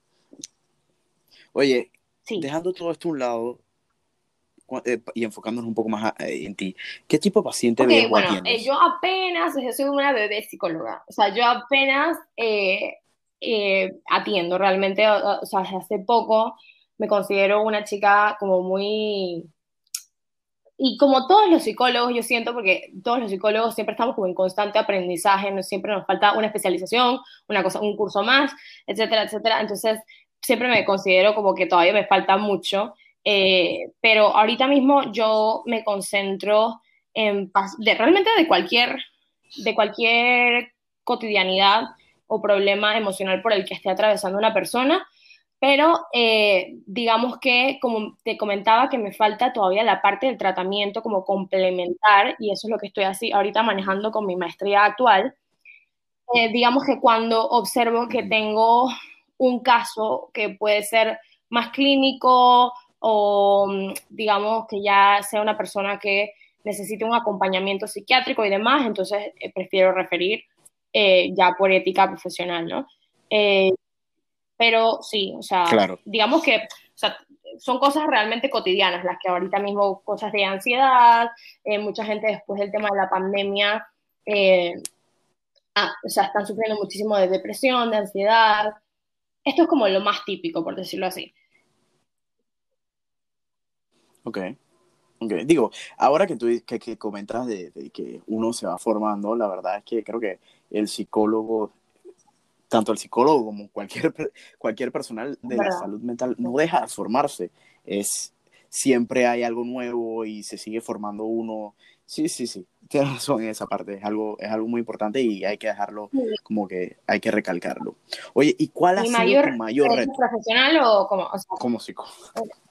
Oye, Sí. dejando todo esto a un lado cu- eh, y enfocándonos un poco más a- eh, en ti, ¿qué tipo de paciente Ok, ves o bueno, eh, atiendes? yo apenas, yo soy una bebé psicóloga, o sea, yo apenas, eh, eh, atiendo realmente, o, o sea, desde hace poco me considero una chica como muy, y como todos los psicólogos, yo siento, porque todos los psicólogos siempre estamos como en constante aprendizaje, no siempre nos falta una especialización, una cosa, un curso más, etcétera, etcétera. Entonces, siempre me considero como que todavía me falta mucho, eh, pero ahorita mismo yo me concentro en de, realmente de cualquier, de cualquier cotidianidad o problema emocional por el que esté atravesando una persona, pero, eh, digamos que, como te comentaba, que me falta todavía la parte del tratamiento como complementar, y eso es lo que estoy así ahorita manejando con mi maestría actual. Eh, digamos que cuando observo que Ujú. tengo un caso que puede ser más clínico o, mm, digamos que ya sea una persona que necesite un acompañamiento psiquiátrico y demás, entonces, eh, prefiero referir, eh, ya por ética profesional, ¿no? Eh, pero sí, o sea, Claro, digamos que, o sea, son cosas realmente cotidianas, las que ahorita mismo, cosas de ansiedad, eh, mucha gente después del tema de la pandemia, eh, ah, o sea, están sufriendo muchísimo de depresión, de ansiedad. Esto es como lo más típico, por decirlo así. ok. Ok, digo, ahora que tú di- que, que comentas de, de que uno se va formando, la verdad es que creo que el psicólogo, tanto el psicólogo como cualquier, per- cualquier personal Es de la verdad. salud mental, no deja de formarse. Es, siempre hay algo nuevo y se sigue formando uno Sí, sí, sí, tienes razón en esa parte, es algo, es algo muy importante y hay que dejarlo como que hay que recalcarlo. Oye, ¿y cuál ha ¿Mi sido mayor tu mayor reto reto profesional o como, o sea, como psicólogo?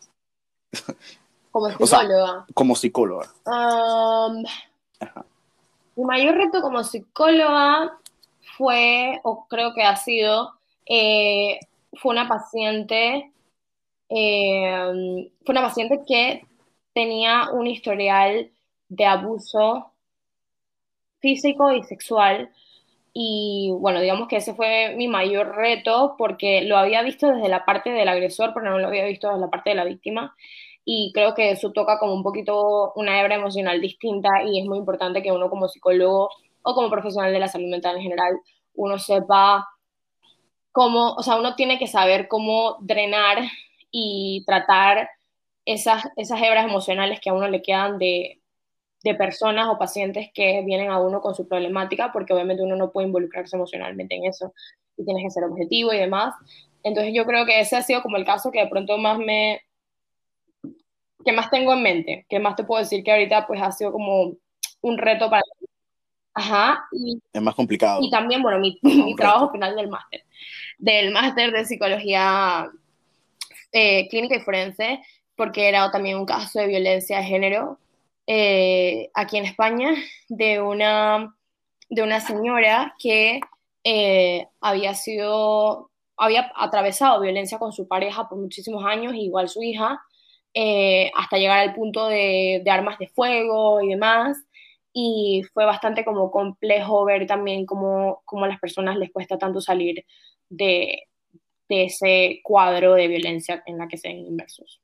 como O sea, psicóloga? como psicóloga. Um, Ajá. Mi mayor reto como psicóloga fue, o creo que ha sido, eh, fue una paciente, eh, fue una paciente que tenía un historial de abuso físico y sexual. Y bueno, digamos que ese fue mi mayor reto porque lo había visto desde la parte del agresor, pero no lo había visto desde la parte de la víctima. Y creo que eso toca como un poquito una hebra emocional distinta y es muy importante que uno como psicólogo o como profesional de la salud mental en general, uno sepa cómo, o sea, uno tiene que saber cómo drenar y tratar esas, esas hebras emocionales que a uno le quedan de, de personas o pacientes que vienen a uno con su problemática, porque obviamente uno no puede involucrarse emocionalmente en eso y tienes que ser objetivo y demás. Entonces yo creo que ese ha sido como el caso que de pronto más me, que más tengo en mente, que más te puedo decir que ahorita pues ha sido como un reto para mí. Ajá, y, Es más y complicado, también, bueno, mi, más mi un trabajo reto. final del máster, del máster de psicología eh, clínica y forense, porque era también un caso de violencia de género eh, aquí en España, de una, de una señora que eh, había sido, había atravesado violencia con su pareja por muchísimos años, igual su hija, eh, hasta llegar al punto de, de armas de fuego y demás. Y fue bastante como complejo ver también cómo, cómo a las personas les cuesta tanto salir de, de ese cuadro de violencia en la que se ven inmersos.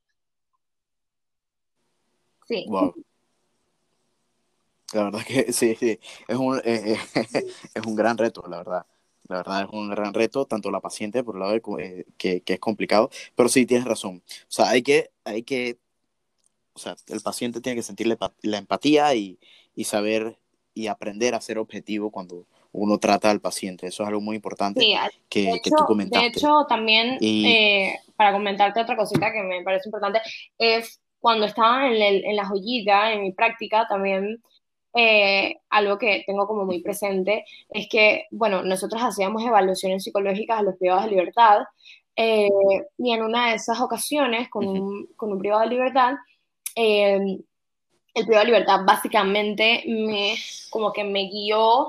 Sí, Wow. La verdad que sí, sí, es un, eh, es un gran reto, la verdad. La verdad es un gran reto, tanto la paciente por el lado de, eh, que, que, es complicado, pero sí tienes razón. O sea, hay que, hay que, o sea, el paciente tiene que sentir la, la empatía y, y saber y aprender a ser objetivo cuando uno trata al paciente. Eso es algo muy importante sí. De que, que hecho, tú de comentaste. hecho también, Y, eh, para comentarte otra cosita que me parece importante, es cuando estaba en, el, en la joyita, en mi práctica, también eh, algo que tengo como muy presente es que, bueno, nosotros hacíamos evaluaciones psicológicas a los privados de libertad eh, y en una de esas ocasiones con uh-huh, un, con un privado de libertad, eh, el privado de libertad básicamente me, como que me guió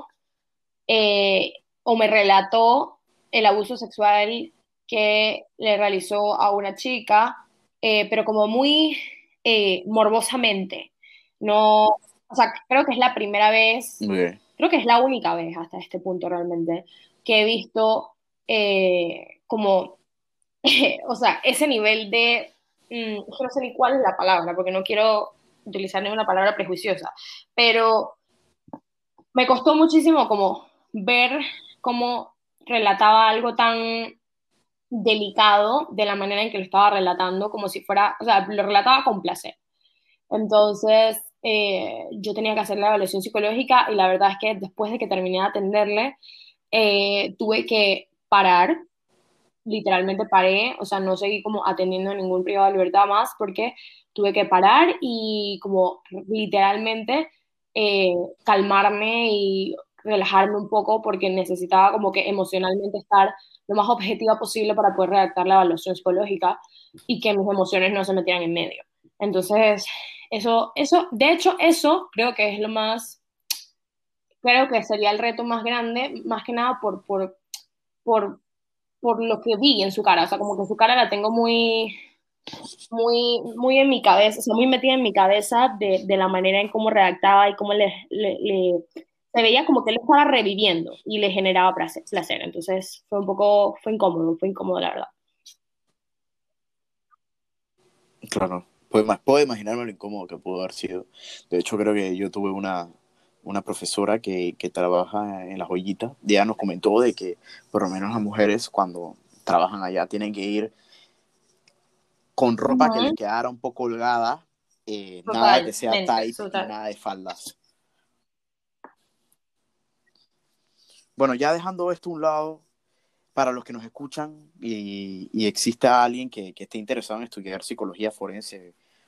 eh, o me relató el abuso sexual que le realizó a una chica, eh, pero como muy eh, morbosamente. No, o sea, creo que es la primera vez, okay. creo que es la única vez hasta este punto realmente que he visto eh, como, o sea, ese nivel de, mm, no sé ni cuál es la palabra, porque no quiero utilizar ninguna palabra prejuiciosa, pero me costó muchísimo como ver cómo relataba algo tan delicado de la manera en que lo estaba relatando, como si fuera, o sea, lo relataba con placer. Entonces, eh, yo tenía que hacer la evaluación psicológica y la verdad es que después de que terminé de atenderle, eh, tuve que parar, literalmente paré, o sea, no seguí como atendiendo a ningún privado de libertad más porque tuve que parar y como literalmente eh, calmarme y relajarme un poco porque necesitaba como que emocionalmente estar lo más objetiva posible para poder redactar la evaluación psicológica y que mis emociones no se metieran en medio. Entonces, eso, eso, de hecho, eso creo que es lo más, creo que sería el reto más grande, más que nada por, por, por por lo que vi en su cara, o sea, como que su cara la tengo muy, muy, muy en mi cabeza, o sea, muy metida en mi cabeza de, de la manera en cómo redactaba y cómo le, le, le, se veía como que él estaba reviviendo y le generaba placer, placer. Entonces fue un poco, fue incómodo, fue incómodo la verdad. Claro, puedo, puedo imaginarme lo incómodo que pudo haber sido. De hecho, creo que yo tuve una, una profesora que, que trabaja en la joyita. Y ella nos comentó de que por lo menos las mujeres cuando trabajan allá tienen que ir con ropa que les Ujú. quedara un poco holgada, eh, nada que sea Totalmente, tight y total. nada de faldas. Bueno, ya dejando esto a un lado, para los que nos escuchan y, y exista alguien que, que esté interesado en estudiar psicología forense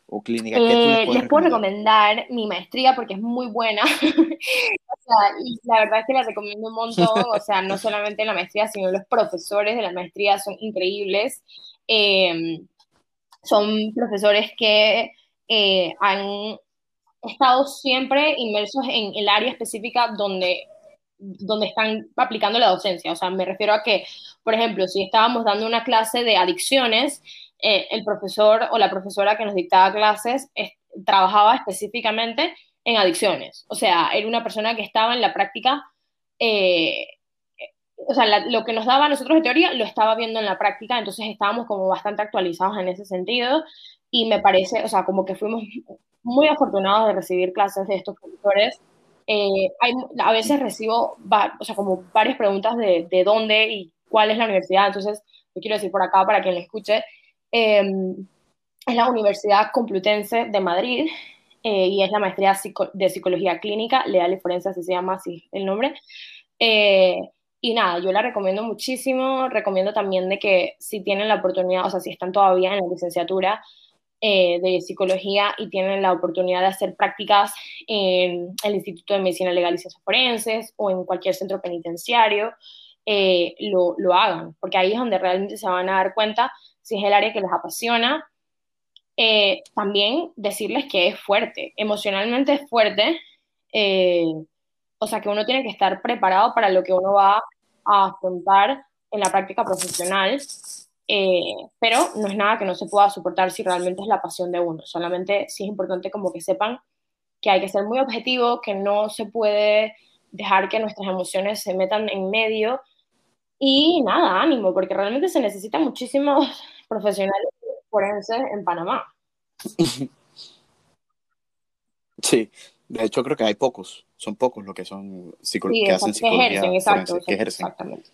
o clínica? ¿Qué tú les Eh, puedes les puedo recomendar? recomendar mi maestría porque es muy buena. O sea, y la verdad es que la recomiendo un montón. O sea, no solamente la maestría, sino los profesores de la maestría son increíbles. Eh, Son profesores que eh, han estado siempre inmersos en el área específica donde, donde están aplicando la docencia. O sea, me refiero a que, por ejemplo, si estábamos dando una clase de adicciones, eh, el profesor o la profesora que nos dictaba clases es, trabajaba específicamente en adicciones. O sea, era una persona que estaba en la práctica, eh, o sea, la, lo que nos daba a nosotros de teoría lo estaba viendo en la práctica, entonces estábamos como bastante actualizados en ese sentido y me parece, o sea, como que fuimos muy afortunados de recibir clases de estos profesores. Eh, hay, a veces recibo, va, o sea, como varias preguntas de, de dónde y cuál es la universidad, entonces lo quiero decir por acá para quien lo escuche. Eh, es la Universidad Complutense de Madrid eh, y es la maestría psico de Psicología Clínica, Legal y Forense, así se llama así el nombre. Eh, y nada, yo la recomiendo muchísimo, recomiendo también de que si tienen la oportunidad, o sea, si están todavía en la licenciatura eh, de psicología y tienen la oportunidad de hacer prácticas en el Instituto de Medicina Legal y Ciencias Forenses o en cualquier centro penitenciario, eh, lo, lo hagan, porque ahí es donde realmente se van a dar cuenta si es el área que les apasiona. Eh, también decirles que es fuerte, emocionalmente es fuerte, eh, o sea que uno tiene que estar preparado para lo que uno va a afrontar en la práctica profesional, eh, pero no es nada que no se pueda soportar si realmente es la pasión de uno, solamente sí es importante como que sepan que hay que ser muy objetivo, que no se puede dejar que nuestras emociones se metan en medio y nada, ánimo, porque realmente se necesitan muchísimos profesionales forenses en Panamá. Sí, de hecho creo que hay pocos, son pocos los que son psico- Sí, que hacen exacto, que ejercen, psicología exacto, forense, que exacto, ejercen. exactamente.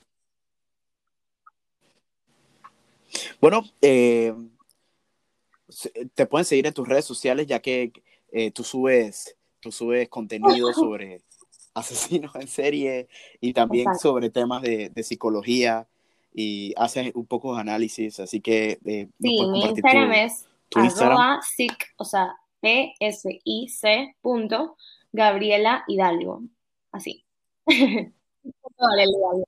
Bueno, eh, te pueden seguir en tus redes sociales ya que eh, tú subes, tú subes contenido sobre asesinos en serie y también Exacto. sobre temas de, de psicología y haces un poco de análisis, así que eh, nos Sí, puedes mi compartir Instagram tu, es tu Instagram. arroba sic, o sea, P S I C punto Gabriela Hidalgo. Así. Vale, Hidalgo.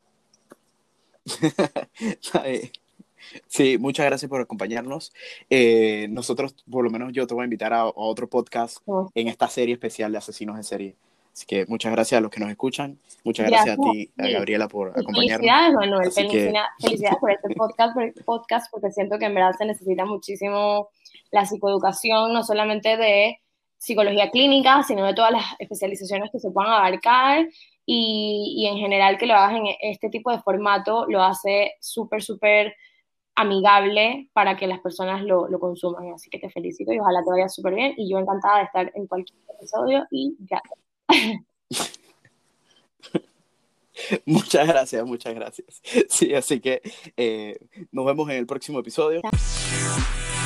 Sí, muchas gracias por acompañarnos. Eh, nosotros, por lo menos yo te voy a invitar a, a otro podcast No, en esta serie especial de asesinos en serie. Así que muchas gracias a los que nos escuchan. Muchas gracias a gracias. ti, a Y, Gabriela, por y acompañarnos. felicidades, Manuel. Así que Felicidades, felicidades por este podcast, por- podcast, porque siento que en verdad se necesita muchísimo la psicoeducación, no solamente de psicología clínica, sino de todas las especializaciones que se puedan abarcar y, y en general que lo hagas en este tipo de formato lo hace súper, súper amigable para que las personas lo, lo consuman. Así que te felicito y ojalá te vaya súper bien. Y yo encantada de estar en cualquier episodio y gracias. muchas gracias, muchas gracias. Sí, así que eh, nos vemos en el próximo episodio.